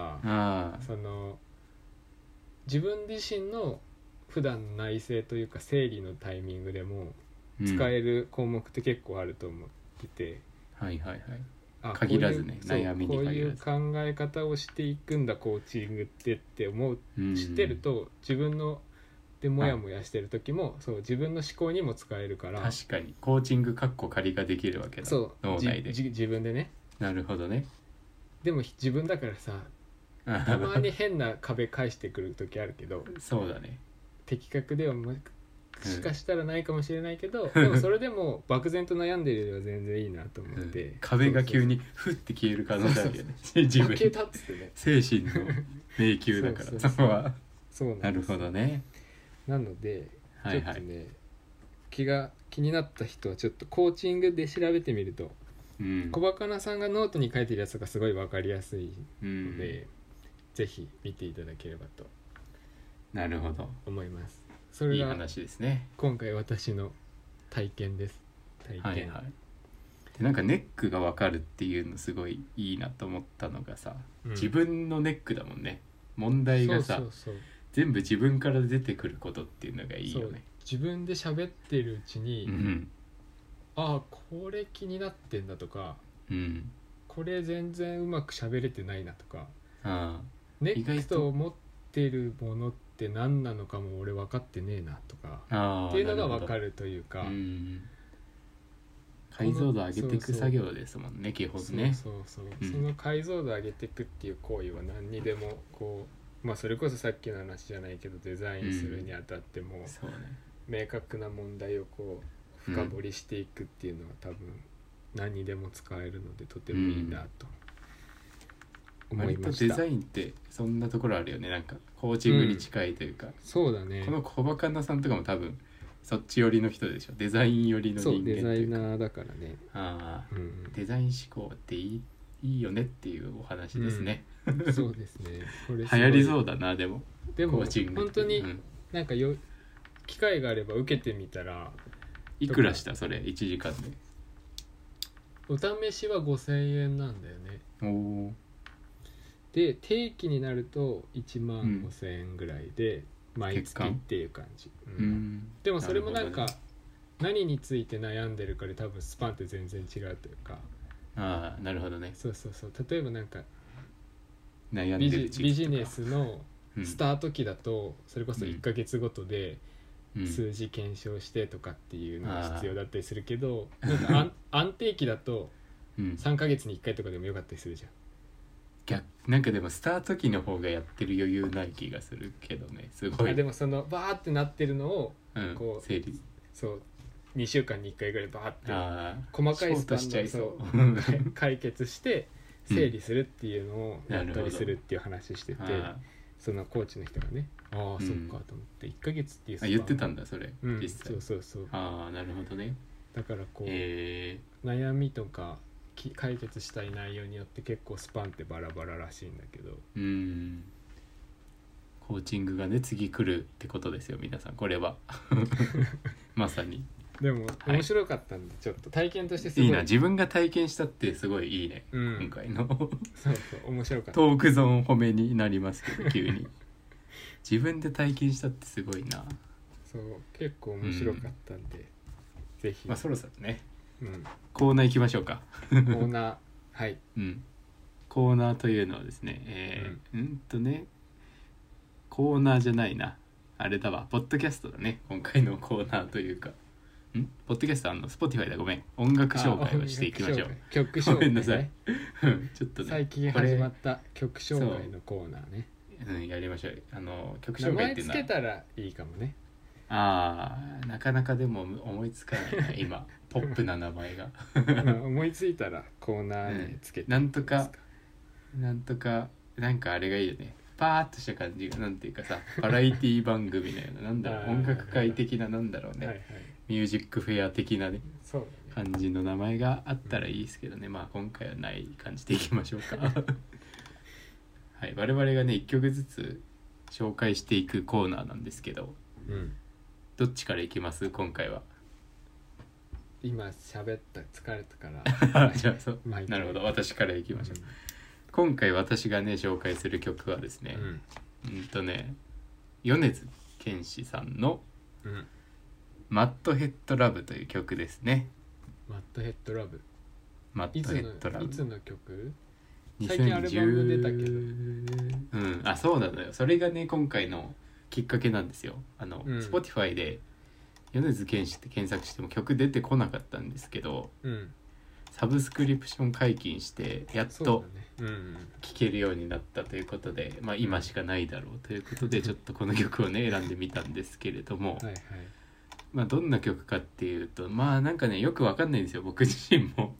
その自分自身の普段の内省というか生理のタイミングでも使える項目って結構あると思ってて、 はいはいはい。 限らずね、悩みに限らず、 こういう考え方をしていくんだコーチングって思う、知ってると自分のでモヤモヤしてる時もそう自分の思考にも使えるから。 確かにコーチング仮ができるわけだ。 そう脳内で自分でね。 なるほどね。 でも自分だからさたまに変な壁返してくる時あるけどそうだね、 的確ではもしかしたらないかもしれないけど、でもそれでも漠然と悩んでるよりは全然いいなと思って、 壁が急にフッて消える可能性あるよね。自分消えたっつってね、 精神の迷宮だからそこは。 そうなるほどね。 なのではいはい、 ちょっとね、気になった人はちょっとコーチングで調べてみると、小バカなさんがノートに書いてるやつがすごい分かりやすいので、ぜひ見ていただければとなるほど思います。それがいい話ですね。 今回私の体験です。体験、 はいはい。でなんかネックが分かるっていうのすごいいいなと思ったのがさ、自分のネックだもんね。問題がさ、そう全部自分から出てくることっていうのがいいよね。 自分で喋ってるうちに、ああこれ気になってんだとか、これ全然うまく喋れてないなとか、ネックと思ってるものって何なのかも俺分かってねえなとかっていうのが分かるというか、 解像度上げていく作業ですもんね、基本ね。 その解像度上げていくっていう行為は何にでもこう、まあそれこそさっきの話じゃないけどデザインするにあたっても、明確な問題をこう深掘りしていくっていうのは多分何にでも使えるのでとてもいいなと思いました。 割とデザインってそんなところあるよね。なんかコーチングに近いというか、 そうだね。 この小バカなさんとかも多分そっち寄りの人でしょ。デザイン寄りの人間っていうか。 そうデザイナーだからね。 デザイン思考っていいよねっていうお話ですね。 そうですね。これ流行りそうだな。でもコーチング本当になんか機会があれば受けてみたら。 いくらしたそれ1時間で。 お試しは5000円なんだよね。で定期になると1万5000円ぐらいで、毎月っていう感じ、でもそれもなんか何について悩んでるかで多分スパンって全然違うというか。 なるほどね。 そう例えばなんか悩んでるビジネスのスタート期だとそれこそ1ヶ月ごとで数字検証してとかっていうのが必要だったりするけど、なんか安定期だと3ヶ月に1回とかでもよかったりするじゃん。 なんかでもスタート期の方がやってる余裕ない気がするけどね。すごい。 でもそのバーってなってるのをこう整理、 そう2週間に1回ぐらいバーって細かいスパンで解決して整理するっていうのをやったりするっていう話してて、そのコーチの人がね、そっかと思って1ヶ月っていうスパン言ってたんだそれ、実際。 そうなるほどね。 だからこう、悩みとか解決したい内容によって結構スパンってバラバラらしいんだけど、 コーチングがね次来るってことですよ皆さん。これはまさに。 でも面白かったんで、ちょっと体験としてすごいいいな。自分が体験したってすごいいいね、今回のそう面白かった。 トークゾーン褒めになりますけど急に自分で体験したってすごいな。 そう結構面白かったんで、ぜひそろそろね、コーナー行きましょうか。 コーナーはい、 コーナーというのはですね、コーナーじゃないな、あれだわ、ポッドキャストだね今回のコーナーというか。ポッドキャストSpotify だ。ごめん、音楽紹介をしていきましょう。 曲紹介、ね、ごめんなさいちょっとね最近始まった曲紹介のコーナーね。 やりましょう。曲紹介っていうのは名前つけたらいいかもね。 なかなかでも思いつかないな今ポップな名前が思いついたらコーナーにつけて、 なんとかなんかあれがいいよね。パーッとした感じが、なんていうかさ、バラエティ番組のような、なんだろう、音楽会的な、なんだろうね、ミュージックフェア的なね、感じの名前があったらいいですけどね。今回はない感じでいきましょうかはい、我々がね1曲ずつ紹介していくコーナーなんですけど、 うん、 どっちからいきます今回は。 今喋った疲れたからじゃあそうなるほど、私からいきましょう、今回私がね紹介する曲はですね、米津玄師さんのマッドヘッドラブという曲ですね。 マッドヘッドラブ、 マッドヘッドラブいつの曲？最近アルバム出たけど、 あ、そうなのよ。それがね今回のきっかけなんですよ。Spotify で米津玄師って検索しても曲出てこなかったんですけど、サブスクリプション解禁してやっと聴けるようになったということで、まあ今しかないだろうということでちょっとこの曲をね選んでみたんですけれども、まあどんな曲かっていうと、まあなんかねよくわかんないんですよ僕自身も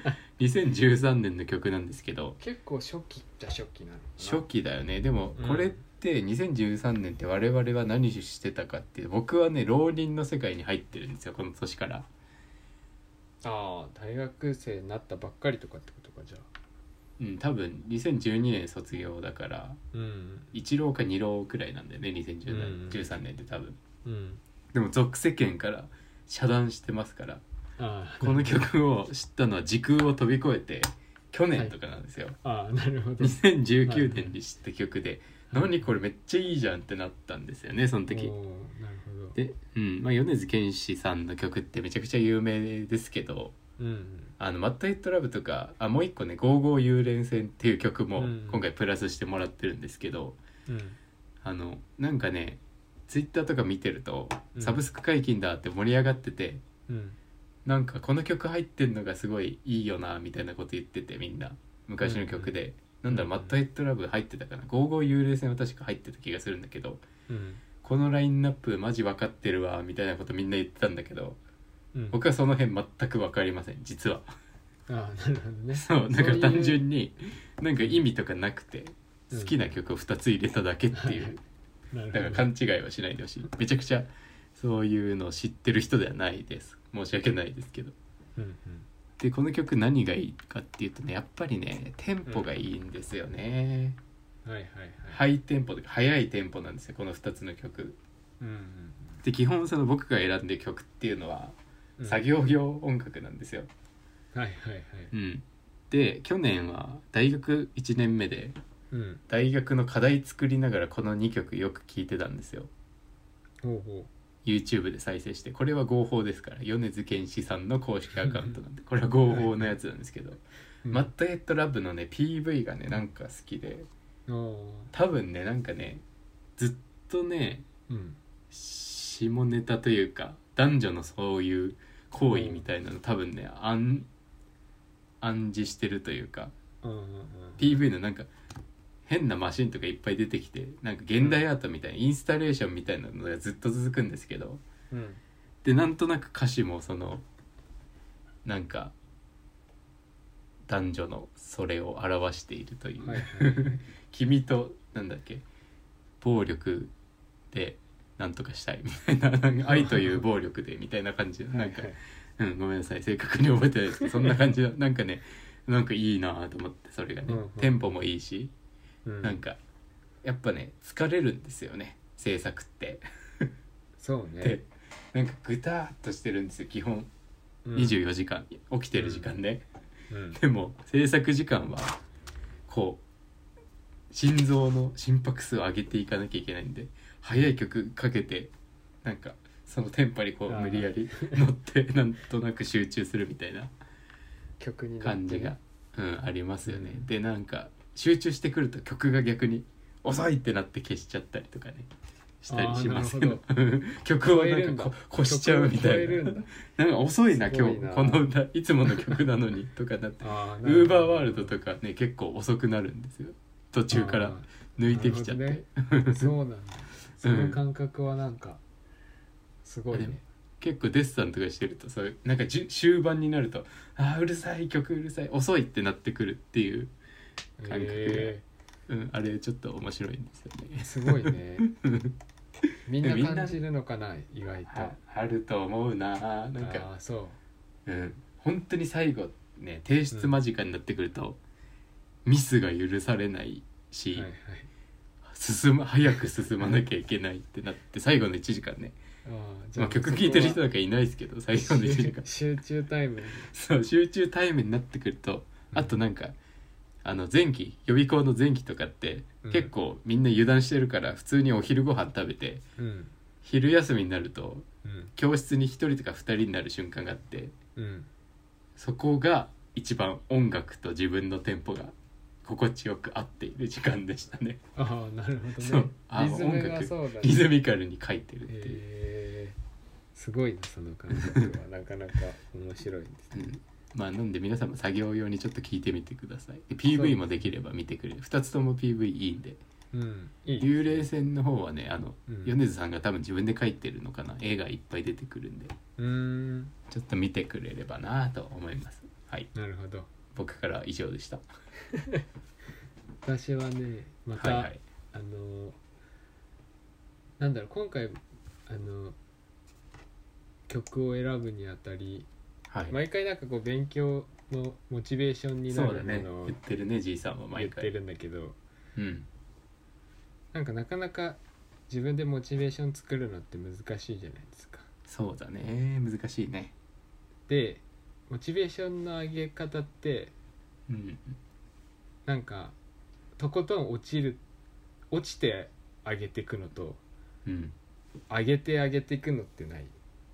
2013年の曲なんですけど、 結構初期じゃ初期なのかな。 初期だよね。でもこれって2013年って我々は何してたかっていう、僕はね浪人の世界に入ってるんですよこの年から。 ああ、大学生になったばっかりとかってことか。じゃあ多分2012年卒業だから、1浪か2浪くらいなんだよね2013年って多分、でも俗世間から遮断してますから、この曲を知ったのは時空を飛び越えて去年とかなんですよ、 なるほど。 2019年に知った曲で、何これめっちゃいいじゃんってなったんですよねその時。 なるほど。 で、まあ、米津玄師さんの曲ってめちゃくちゃ有名ですけど、マッドヘッドラブとかもう一個ね55幽連戦っていう曲も今回プラスしてもらってるんですけど、なんかねツイッターとか見てるとサブスク解禁だって盛り上がってて、なんかこの曲入ってんのがすごいいいよなみたいなこと言ってて、みんな昔の曲で、なんだろう、マッドヘッドラブ入ってたかな、55幽霊戦は確か入ってた気がするんだけど、このラインナップマジ分かってるわみたいなことみんな言ってたんだけど、僕はその辺全く分かりません実は。 なるほどね。 そうなんか単純になんか意味とかなくて好きな曲を2つ入れただけっていう、だから勘違いはしないでほしい。めちゃくちゃそういうのを知ってる人ではないです、申し訳ないですけど、でこの曲何がいいかっていうとね、やっぱりねテンポがいいんですよね、ハイテンポで速いテンポなんですよこの2つの曲、で基本その僕が選んでる曲っていうのは作業用音楽なんですよ、で去年は大学1年目で、大学の課題作りながらこの2曲よく聴いてたんですよ。YouTube で再生して、これは合法ですから、米津玄師さんの公式アカウントなんでこれは合法のやつなんですけど、マッドヘッドラブのね PV がねなんか好きで、多分ねなんかねずっとね、下ネタというか男女のそういう行為みたいなの多分ね暗示してるというか、PV のなんか変なマシンとかいっぱい出てきて、なんか現代アートみたいな、インスタレーションみたいなのがずっと続くんですけど、でなんとなく歌詞もそのなんか男女のそれを表しているという、君となんだっけ暴力でなんとかしたいみたいな、なんか愛という暴力でみたいな感じで、なんかごめんなさい正確に覚えてないですけどそんな感じのなんかね、なんかいいなと思って、それがね、テンポもいいし、なんかやっぱね疲れるんですよね制作ってそうね。 でなんかぐたーっとしてるんですよ基本、24時間起きてる時間ね、でも制作時間はこう心臓の心拍数を上げていかなきゃいけないんで、速い曲かけてなんかそのテンポにこう無理やり乗ってなんとなく集中するみたいな曲に感じが、ありますよね、でなんか集中してくると曲が逆に遅いってなって消しちゃったりとかねしたりしますけど曲をなんか越しちゃうみたいな、なんか遅いな今日この歌いつもの曲なのにとかなってウーバーワールドとかね結構遅くなるんですよ途中から抜いてきちゃって、 そうなんだ。その感覚はなんかすごいね、 結構デッサンとかしてるとそういうなんか終盤になるとうるさい曲うるさい遅いってなってくるっていう感覚が、あれちょっと面白いんですよね。 すごいねみんな感じるのかな意外と。 あると思うな。なんかそう、 本当に最後ね提出間近になってくると、ミスが許されないし、 早く進まなきゃいけないってなって最後の1時間ね、 じゃあ曲聴いてる人なんかいないですけど最後の1時間集中タイムそう集中タイムになってくると、あとなんか前期予備校の前期とかって、結構みんな油断してるから普通にお昼ご飯食べて、昼休みになると、教室に1人とか2人になる瞬間があって、そこが一番音楽と自分のテンポが心地よく合っている時間でしたね。 ああなるほどね。 そうリズムがそうだね。 リズミカルに書いてるっていう、 すごいなその感覚はなかなか面白いですね。 まあなんで皆さんも作業用にちょっと聞いてみてください。で PV もできれば見てくれる。2つとも PV いいんで、 いい幽霊船の方はね米津さんが多分自分で書いてるのかな、絵がいっぱい出てくるんでちょっと見てくれればなと思います。はい、 なるほど。 僕からは以上でした。 私はねまた、はいはい、なんだろう今回曲を選ぶにあたり、はい、毎回なんかこう勉強のモチベーションになるものを言ってるね、じいさんも毎回言ってるんだけど、なんかなかなか自分でモチベーション作るのって難しいじゃないですか。 そうだね、難しいね。 でモチベーションの上げ方って、なんかとことん落ちて上げていくのと、上げていくのってない？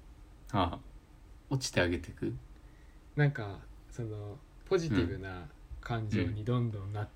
落ちて上げていく？ なんかそのポジティブな感情にどんどんなって、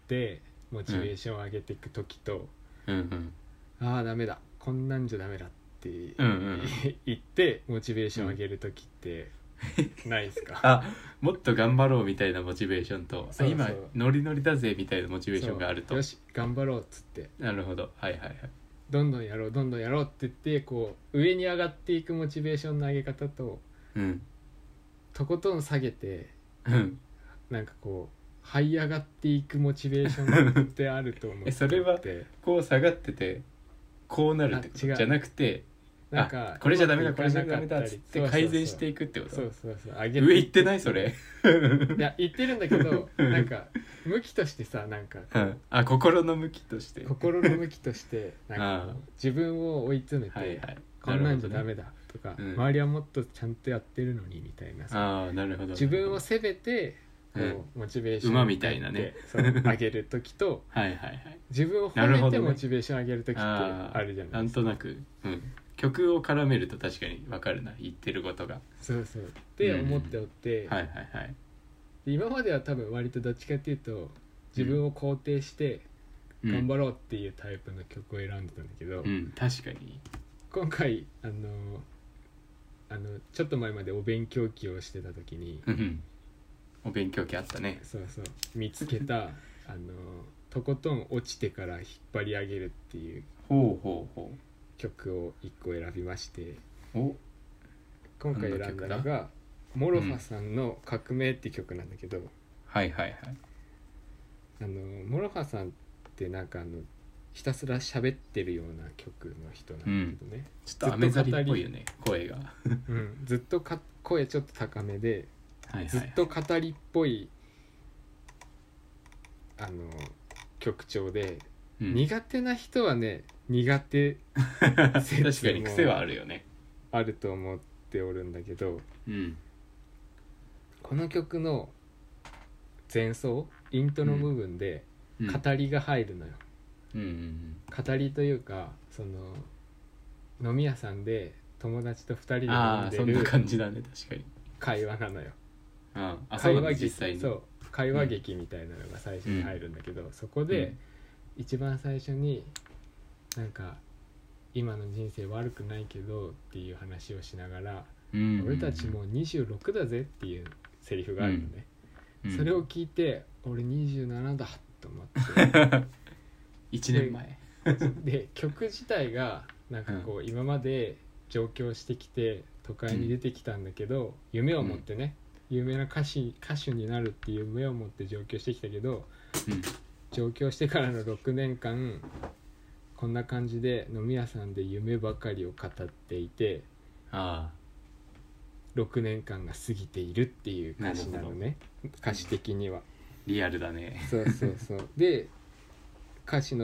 モチベーションを上げていく時と、ああダメだこんなんじゃダメだって言ってモチベーション上げる時ってないですか？ もっと頑張ろうみたいなモチベーションと、今ノリノリだぜみたいなモチベーションがあると、 よし頑張ろうっつって、 なるほど、はいはいはい、 どんどんやろうって言ってこう上に上がっていくモチベーションの上げ方と、とことん下げて、なんかこう這い上がっていくモチベーションってあると思ってそれはこう下がっててこうなるってことじゃなくて、なんかこれじゃダメだこれじゃダメだっつって改善していくってこと？そう上行ってないそれいや言ってるんだけどなんか向きとしてさなんか、 心の向きとしてなんか自分を追い詰めて、こんなんじゃダメだとか、周りはもっとちゃんとやってるのにみたいなさ、 なるほど、 自分を責めてこうモチベーション馬みたいなね上げる時と自分を褒めてモチベーション上げる時ってあるじゃないですか。 なんとなく、曲を絡めると確かに分かるな、言ってることが。 そうって思っておって、今までは多分割とどっちかっていうと自分を肯定して頑張ろうっていうタイプの曲を選んでたんだけど、 確かに今回ちょっと前までお勉強期をしてた時に、 お勉強期あったね。 見つけたとことん落ちてから引っ張り上げるっていう曲を1個選びまして、今回選んだのがモロハさんの革命って曲なんだけど、モロハさんってなんかひたすら喋ってるような曲の人なんだけどね、 ちょっとアメザリっぽいよね声がずっと声ちょっと高めで、ずっと語りっぽい曲調で、苦手な人はね苦手確かに癖はあるよね、 あると思っておるんだけど、この曲の前奏イントの部分で語りが入るのよ、語りというかその飲み屋さんで友達と2人で飲んでる、 そんな感じだね、確かに会話なのよ。 会話劇、実際に会話劇みたいなのが最初に入るんだけど、そこで一番最初になんか今の人生悪くないけどっていう話をしながら、俺たちもう26だぜっていうセリフがあるのね、それを聞いて俺27だと思って 1年前で曲自体がなんかこう、今まで上京してきて都会に出てきたんだけど、夢を持ってね、有名な歌手になるっていう夢を持って上京してきたけど、上京してからの6年間こんな感じで飲み屋さんで夢ばかりを語っていて、6年間が過ぎているっていう歌詞なのね、歌詞的にはリアルだね。 そうで歌詞の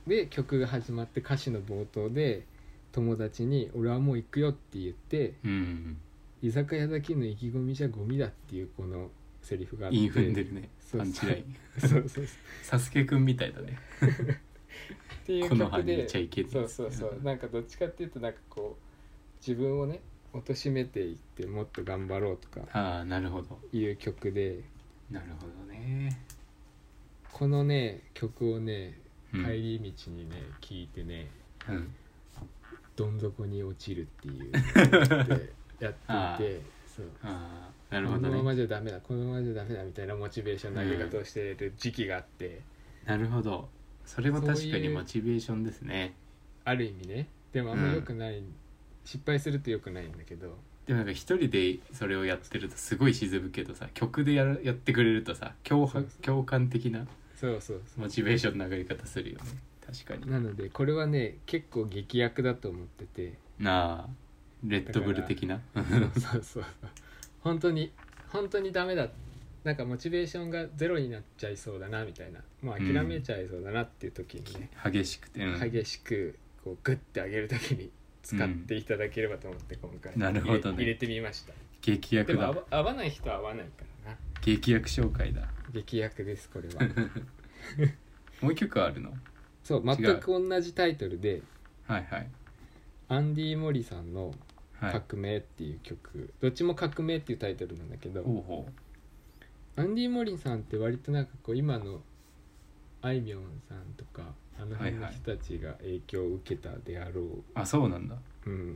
で曲が始まって歌詞の冒頭で友達に俺はもう行くよって言って、居酒屋だけの意気込みじゃゴミだっていうこのセリフがあって、 インフンでるね。 そうそうパンチライン。 そうそうサスケくんみたいだね。 っていうこの葉曲で、 にいちゃいけない。 そうなんかどっちかっていうとなんかこう自分をね貶めていってもっと頑張ろうとかああ、なるほど。 いう曲で、 なるほどね。 このね曲をねうん帰り道にね聴いてね、 うんどん底に落ちるっていうのをやっていてそうああ、なるほどね。 このままじゃダメだこのままじゃダメだみたいなモチベーションの上げ方をしている時期があって、 なるほど。それも確かにモチベーションですね。 ある意味ね。でもあんま良くない、失敗すると良くないんだけど、 でもなんか一人でそれをやってるとすごい沈むけどさ、曲でやってくれるとさ、共感的なそうモチベーションの上がり方するよね。確かに。 なのでこれはね結構劇薬だと思ってて、 なあ、レッドブル的な。 そう本当にダメだ、なんかモチベーションがゼロになっちゃいそうだなみたいな、もう諦めちゃいそうだなっていう時にね、 激しくて、 激しくこうグッて上げる時に使っていただければと思って今回なるほどね、 入れてみました。 劇薬だ。 でも合わない人は合わないからな。 劇薬紹介だ。 劇薬ですこれは。 もう一曲あるの？ そう全く同じタイトルで、 はいはい。 アンディ・モリさんのはい。 革命っていう曲、どっちも革命っていうタイトルなんだけど、 ほうほアンディ・モリさんって割となんかこう今のあいみょんさんとかあの辺の人たちが影響を受けたであろう、 あ、そうなんだ。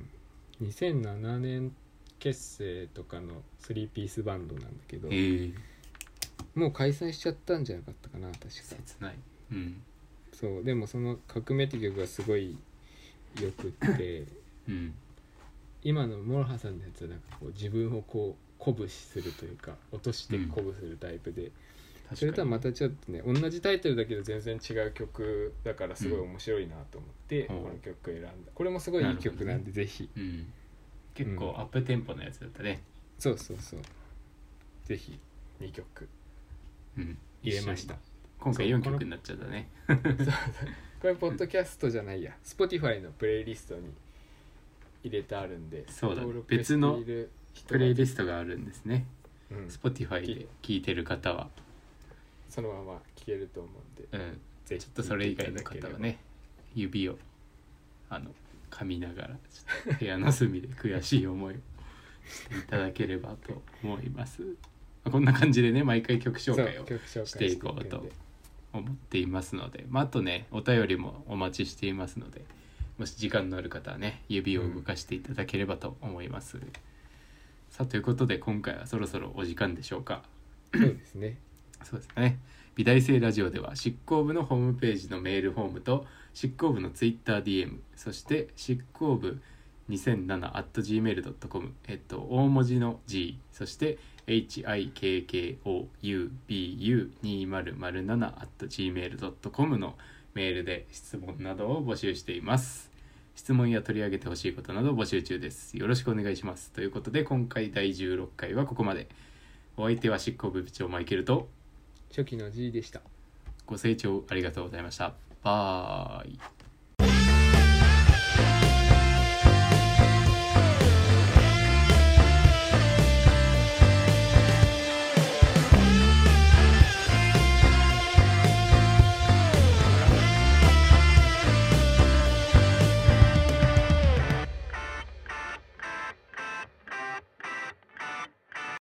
2007年結成とかの3ピースバンドなんだけど、もう解散しちゃったんじゃなかったかな確か。 切ない。 そうでもその革命って曲がすごいよくって今のモロハさんのやつはなんかこう自分をこう鼓舞するというか落として鼓舞するタイプで、それとはまたちょっとね同じタイトルだけど全然違う曲だからすごい面白いなと思って、この曲を選んだ。これもすごいいい曲なんでぜひ、 結構アップテンポのやつだったね。 そうぜひ2曲入れました。 今回4曲になっちゃったね。 これポッドキャストじゃないや Spotify のプレイリストに入れてあるんで、 そうだね、別のプレイリストがあるんですね。Spotify で聴いてる方はそのまま聴けると思うんで、 ぜひちょっとそれ以外の方はね、指を噛みながらちょっと部屋の隅で悔しい思いをしていただければと思います。こんな感じでね、毎回曲紹介をしていこうと思っていますので、あとねお便りもお待ちしていますので、もし時間のある方はね指を動かしていただければと思います。さあということで今回はそろそろお時間でしょうか。 そうですね。 そうですね。美大生ラジオでは執行部のホームページのメールフォームと執行部のツイッター DM、 そして執行部2007@gmail.com、大文字の G、 そしてhikkobu2007@gmail.com のメールで質問などを募集しています。質問や取り上げてほしいことなど募集中です。よろしくお願いします。ということで今回第16回はここまで。お相手は執行部部長マイケルと初期の G でした。 ご清聴ありがとうございました。バイ。